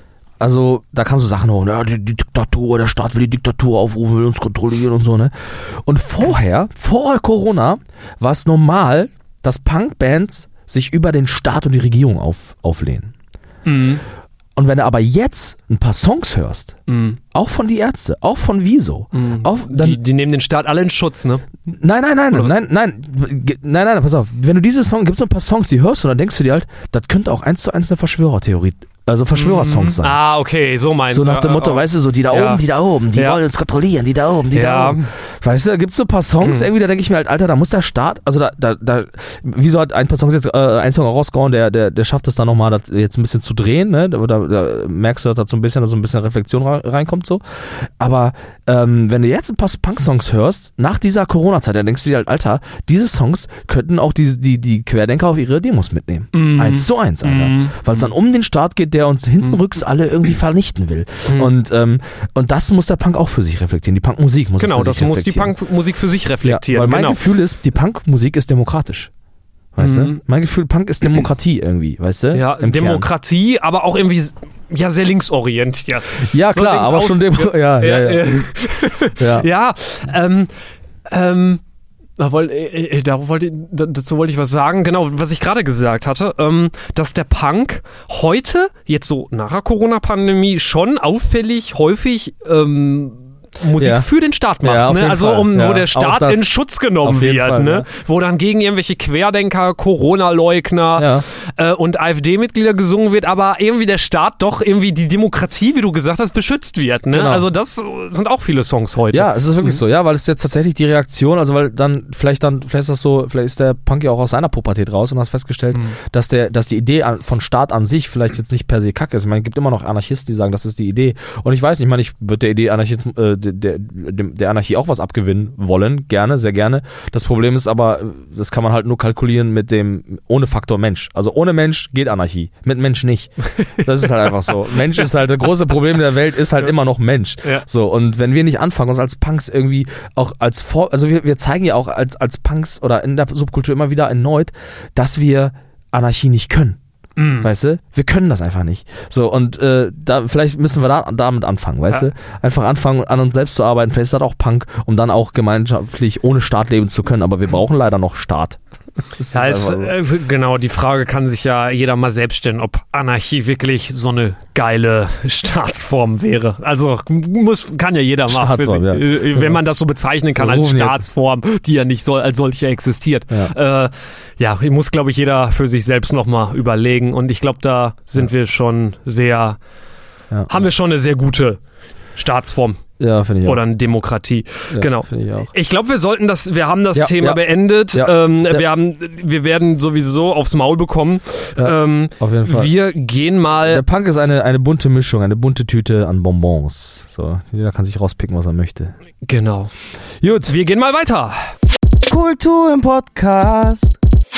also da kamen so Sachen hoch, ne, die, die Diktatur, der Staat will die Diktatur aufrufen, will uns kontrollieren und so, ne. Und vorher, vor Corona, war es normal, dass Punkbands sich über den Staat und die Regierung auf, auflehnen. Mhm. Und wenn du aber jetzt ein paar Songs hörst, Mhm. auch von die Ärzte, auch von Wieso, Mhm. auf, dann, die, die nehmen den Staat alle in Schutz, ne? nein, nein, nein, Oder was? nein, nein, ge- nein, nein, pass auf, wenn du diese Songs, gibt es so ein paar Songs, die hörst du, dann denkst du dir halt, das könnte auch eins zu eins eine Verschwörertheorie, also Verschwörersongs sein. Ah, okay, so meinst So nach dem Motto, weißt du, so die da Ja. oben, die da oben, die Ja. wollen uns kontrollieren, die da oben, die Ja. da oben. Weißt du, da gibt's so ein paar Songs, irgendwie, da denke ich mir halt, Alter, da muss der Staat, also da, da, da, Wieso hat ein paar Songs jetzt, äh, ein Song rausgehauen, der, der, der schafft es dann nochmal, das jetzt ein bisschen zu drehen, ne, da, da, da merkst du, dass da so ein bisschen, dass so ein bisschen Reflexion ra- reinkommt, so. Aber, ähm, wenn du jetzt ein paar Punk-Songs hörst, nach dieser Corona-Zeit, dann denkst du dir halt, Alter, diese Songs könnten auch die, die, die Querdenker auf ihre Demos mitnehmen. Mhm. Eins zu eins, Alter. Mhm. Weil es dann um den Staat geht, der uns hintenrücks alle irgendwie vernichten will. Mhm. Und, ähm, und das muss der Punk auch für sich reflektieren. Die Punkmusik muss Genau, es für das sich muss die reflektieren. Punkmusik für sich Ja, reflektieren. weil mein genau. Gefühl ist, die Punkmusik ist demokratisch. Weißt Mhm. du? Mein Gefühl, Punk ist Demokratie irgendwie, weißt du? Ja, Im Demokratie, aber auch irgendwie ja sehr linksorientiert. Kern. Ja, so klar, links aber aus- schon Demo ja, ja, ja. ja. ja. Ja, ähm, ähm, da wollt, äh, äh, darauf wollte ich, da- dazu wollte ich was sagen. Genau, was ich gerade gesagt hatte, ähm, dass der Punk heute, jetzt so nach der Corona-Pandemie, schon auffällig häufig ähm, Musik Ja. für den Staat macht, Ja, auf ne? jeden Also Fall. um, Ja, wo der auch Staat das- in Schutz genommen auf jeden wird, Fall, ne? ja. Wo dann gegen irgendwelche Querdenker, Corona-Leugner Ja. äh, und AfD-Mitglieder gesungen wird, aber irgendwie der Staat doch irgendwie die Demokratie, wie du gesagt hast, beschützt wird, ne? Genau. Also das sind auch viele Songs heute. Ja, es ist Mhm. wirklich so, ja, weil es jetzt tatsächlich die Reaktion, also weil dann vielleicht dann, vielleicht ist das so, vielleicht ist der Punk ja auch aus seiner Pubertät raus und hast festgestellt, Mhm. dass der, dass die Idee an, von Staat an sich vielleicht jetzt nicht per se kacke ist. Ich meine, es gibt immer noch Anarchisten, die sagen, das ist die Idee. Und ich weiß nicht, ich meine, ich würde der Idee Anarchist, äh, der, der, der Anarchie auch was abgewinnen wollen, gerne, sehr gerne. Das Problem ist aber, das kann man halt nur kalkulieren mit dem, ohne Faktor Mensch. Also ohne Mensch geht Anarchie, mit Mensch nicht. Das ist halt einfach so. Mensch ist halt, das große Problem der Welt ist halt immer noch Mensch. Ja. So, und wenn wir nicht anfangen, uns als Punks irgendwie auch als Vor, also wir, wir zeigen ja auch als, als Punks oder in der Subkultur immer wieder erneut, dass wir Anarchie nicht können. Mhm. Weißt du? Wir können das einfach nicht. So, und äh, da vielleicht müssen wir da damit anfangen, weißt Ja. du? Einfach anfangen, an uns selbst zu arbeiten. Vielleicht ist das auch Punk, um dann auch gemeinschaftlich ohne Staat leben zu können. Aber wir brauchen leider noch Staat. Das Ja, ist, einfach so. äh, genau, die Frage kann sich ja jeder mal selbst stellen, ob Anarchie wirklich so eine geile Staatsform wäre. Also muss, kann ja jeder machen, für Staatsform, sich, ja. äh, wenn Genau. man das so bezeichnen kann Wir als rufen jetzt- Staatsform, die ja nicht soll, als solche existiert. Ja. Äh, ja, muss, glaube ich, jeder für sich selbst nochmal überlegen und ich glaube, da sind wir schon sehr, Ja. haben wir schon eine sehr gute Staatsform Ja, finde ich auch. oder eine Demokratie. Ja, genau. finde ich auch. Ich glaube, wir sollten das, wir haben das Ja, Thema ja. beendet. Ja. Ähm, Ja. wir haben, wir werden sowieso aufs Maul bekommen. Ja, ähm, auf jeden Fall. wir gehen Der mal. Punk ist eine, eine bunte Mischung, eine bunte Tüte an Bonbons. So, jeder kann sich rauspicken, was er möchte. Genau. Gut. Wir gehen mal weiter. Kultur im Podcast.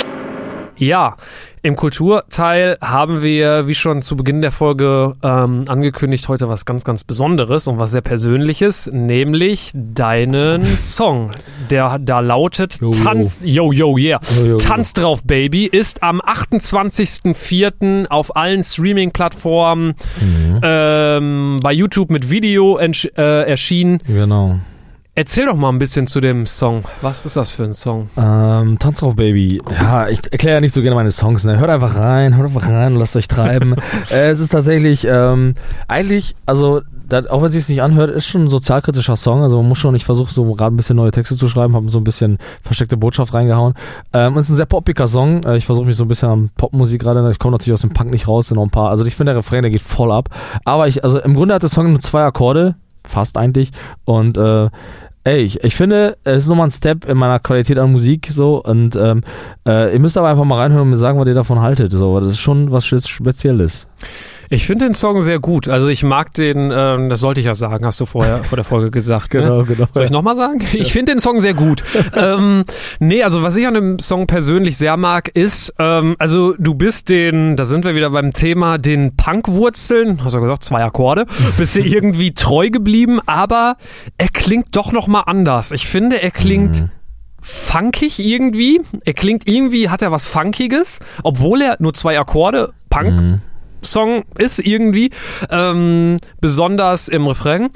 Ja, im Kulturteil haben wir, wie schon zu Beginn der Folge ähm, angekündigt, heute was ganz, ganz Besonderes und was sehr Persönliches, nämlich deinen Song, der da lautet Yo, yo. Tanz, yo, yo, yeah. Yo, yo, yo. Tanz drauf, Baby, ist am achtundzwanzigsten vierten auf allen Streaming-Plattformen Mhm. ähm, bei YouTube mit Video entsch- äh, erschienen. Genau. Erzähl doch mal ein bisschen zu dem Song. Was ist das für ein Song? Ähm, Tanz drauf, Baby. Ja, ich erkläre ja nicht so gerne meine Songs. Ne? Hört einfach rein, hört einfach rein und lasst euch treiben. äh, es ist tatsächlich, ähm, eigentlich, also, das, auch wenn es sich nicht anhört, ist schon ein sozialkritischer Song. Also man muss schon, ich versuche so gerade ein bisschen neue Texte zu schreiben, habe so ein bisschen versteckte Botschaft reingehauen. Ähm, es ist ein sehr poppiger Song. Äh, ich versuche mich so ein bisschen an Popmusik gerade. Ich komme natürlich aus dem Punk nicht raus, sind noch ein paar. Also ich finde, der Refrain, der geht voll ab. Aber ich, also im Grunde hat der Song nur zwei Akkorde. Fast eigentlich. Und, äh, Ey, ich, ich finde, es ist nochmal ein Step in meiner Qualität an Musik so und ähm, äh, ihr müsst aber einfach mal reinhören und mir sagen, was ihr davon haltet. So, weil das ist schon was Spezielles. Ich finde den Song sehr gut. Also ich mag den, ähm, das sollte ich ja sagen, hast du vorher vor der Folge gesagt. Genau, ne? genau. Soll ich nochmal sagen? Ich finde den Song sehr gut. ähm, nee, also was ich an dem Song persönlich sehr mag, ist, ähm, also du bist den, da sind wir wieder beim Thema, den Punkwurzeln, hast du gesagt, zwei Akkorde, bist du irgendwie treu geblieben, aber er klingt doch nochmal anders. Ich finde, er klingt Mhm. funkig irgendwie. Er klingt irgendwie, hat er was Funkiges, obwohl er nur zwei Akkorde, Punk, Mhm. Song ist irgendwie, ähm, besonders im Refrain.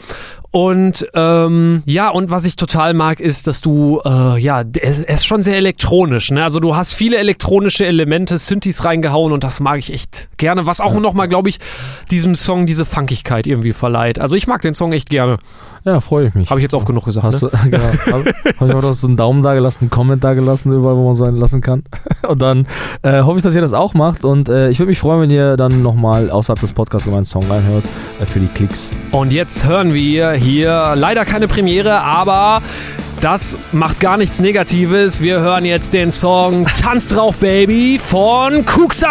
Und ähm, ja, und was ich total mag, ist, dass du, äh, ja, er, er ist schon sehr elektronisch, ne? Also du hast viele elektronische Elemente, Synthes reingehauen und das mag ich echt gerne, was auch nochmal, glaube ich, diesem Song diese Funkigkeit irgendwie verleiht. Also ich mag den Song echt gerne. Ja, freue ich mich. Habe ich jetzt oft genug gesagt, Hast ne? du, genau. Habe ich auch noch so einen Daumen da gelassen, einen Comment da gelassen, überall, wo man so einen lassen kann. Und dann äh, hoffe ich, dass ihr das auch macht. Und äh, ich würde mich freuen, wenn ihr dann nochmal außerhalb des Podcasts in meinen Song reinhört, äh, für die Klicks. Und jetzt hören wir hier leider keine Premiere, aber das macht gar nichts Negatives. Wir hören jetzt den Song Tanz drauf, Baby von Kuxa.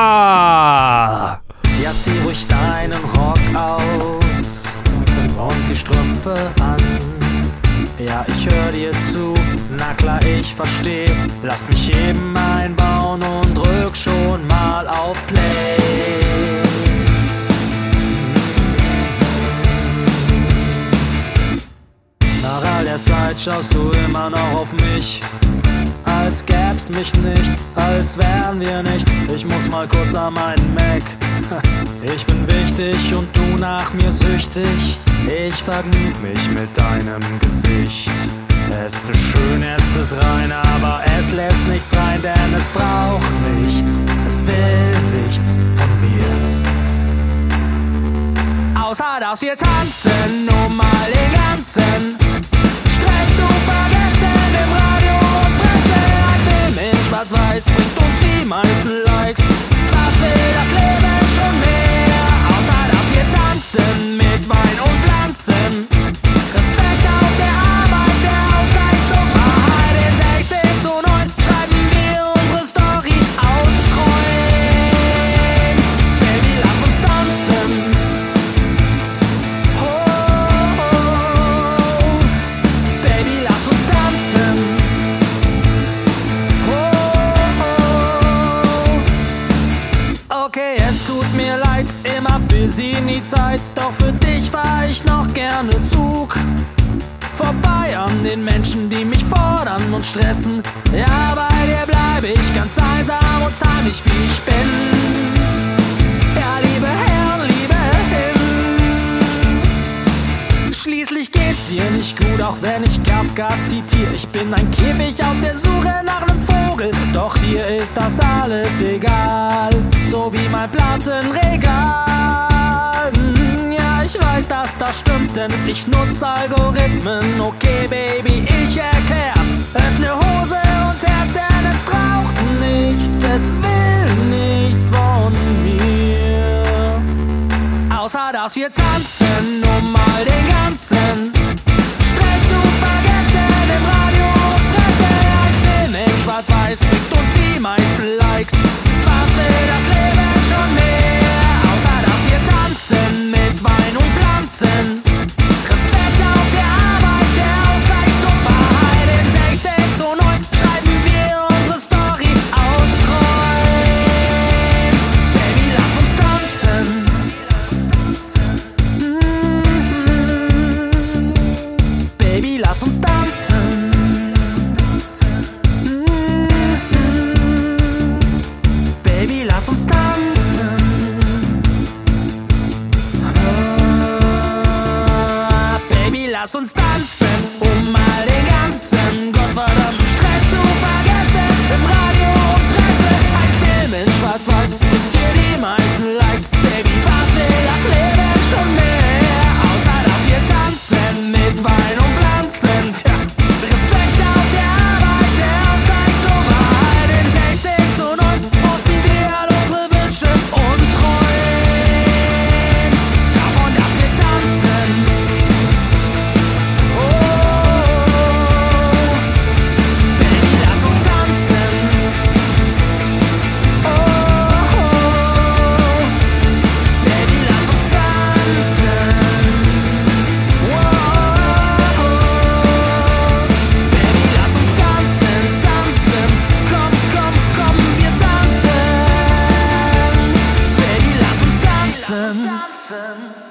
Ja, zieh ruhig deinen Rock aus und die Strümpfe an. Ja, ich hör dir zu, na klar, ich versteh. Lass mich eben einbauen und drück schon mal auf Play. Nach all der Zeit schaust du immer noch auf mich, als gäb's mich nicht, als wären wir nicht. Ich muss mal kurz an meinen Mac. Ich bin wichtig und du nach mir süchtig. Ich vergnüg mich mit deinem Gesicht. Es ist schön, es ist rein, aber es lässt nichts rein, denn es braucht nichts, es will nichts von mir. Außer dass wir tanzen, um mal den tanzen. Stress zu vergessen im Radio und Presse. Ein Film in Schwarz-Weiß bringt uns die meisten Likes. Was will das Leben schon mehr? Außer dass wir tanzen mit Wein und Pflanzen. Respekt auf der Arbeit, der Aufsteig zur Wahrheit. In sechzehn zu neun schreiben wir unsere Story aus Träumen. Baby, lass uns tanzen. Oh, oh, oh. Baby, lass uns tanzen. Oh, oh. Okay, es tut mir leid, immer busy, nie Zeit. Doch für dich fahr ich noch gerne Zug. Vorbei an den Menschen, die mich fordern und stressen. Ja, bei dir bleibe ich ganz einsam und zahl mich, wie ich bin. Ja, liebe Herren, liebe Hin. Schließlich geht's dir nicht gut, auch wenn ich Kafka zitiere. Ich bin ein Käfig auf der Suche nach nem Vogel, doch dir ist das alles egal. So wie mein Plattenregal. Ja, ich weiß, dass das stimmt, denn ich nutze Algorithmen. Okay, Baby, ich erklär's. Öffne Hose und Herz, denn es braucht nichts. Es will nichts von mir. Außer, dass wir tanzen, um mal den ganzen Stress zu vergessen im Radio und Presse. Ein Film in Schwarz-Weiß bringt uns die meisten Likes. Was will das Leben schon mehr? Außer, dass wir tanzen mit Wein und Pflanzen. Respekt auf der Arbeit, der Ausgleich zur Wahrheit. In sechzehn zu neun schreiben wir unsere Story aus Träumen. Baby, lass uns tanzen. Mm-hmm. Baby, lass uns tanzen. Mm-hmm. Baby, lass uns tanzen. Lass uns tanzen, um mal den ganzen gottverdammten Stress zu vergessen. Im Radio und Presse, ein Film in Schwarz-Weiß bringt dir die meisten Likes. Baby, was will das Leben schon mehr? Außer, dass wir tanzen mit Wein und Pflanzen. Tja, Respekt auf der Arbeit, der Ausgleich zur Wahrheit. In sechzehn zu neun posten wir all unsere Wünsche und Träumen davon, dass wir tanzen. Tanzen.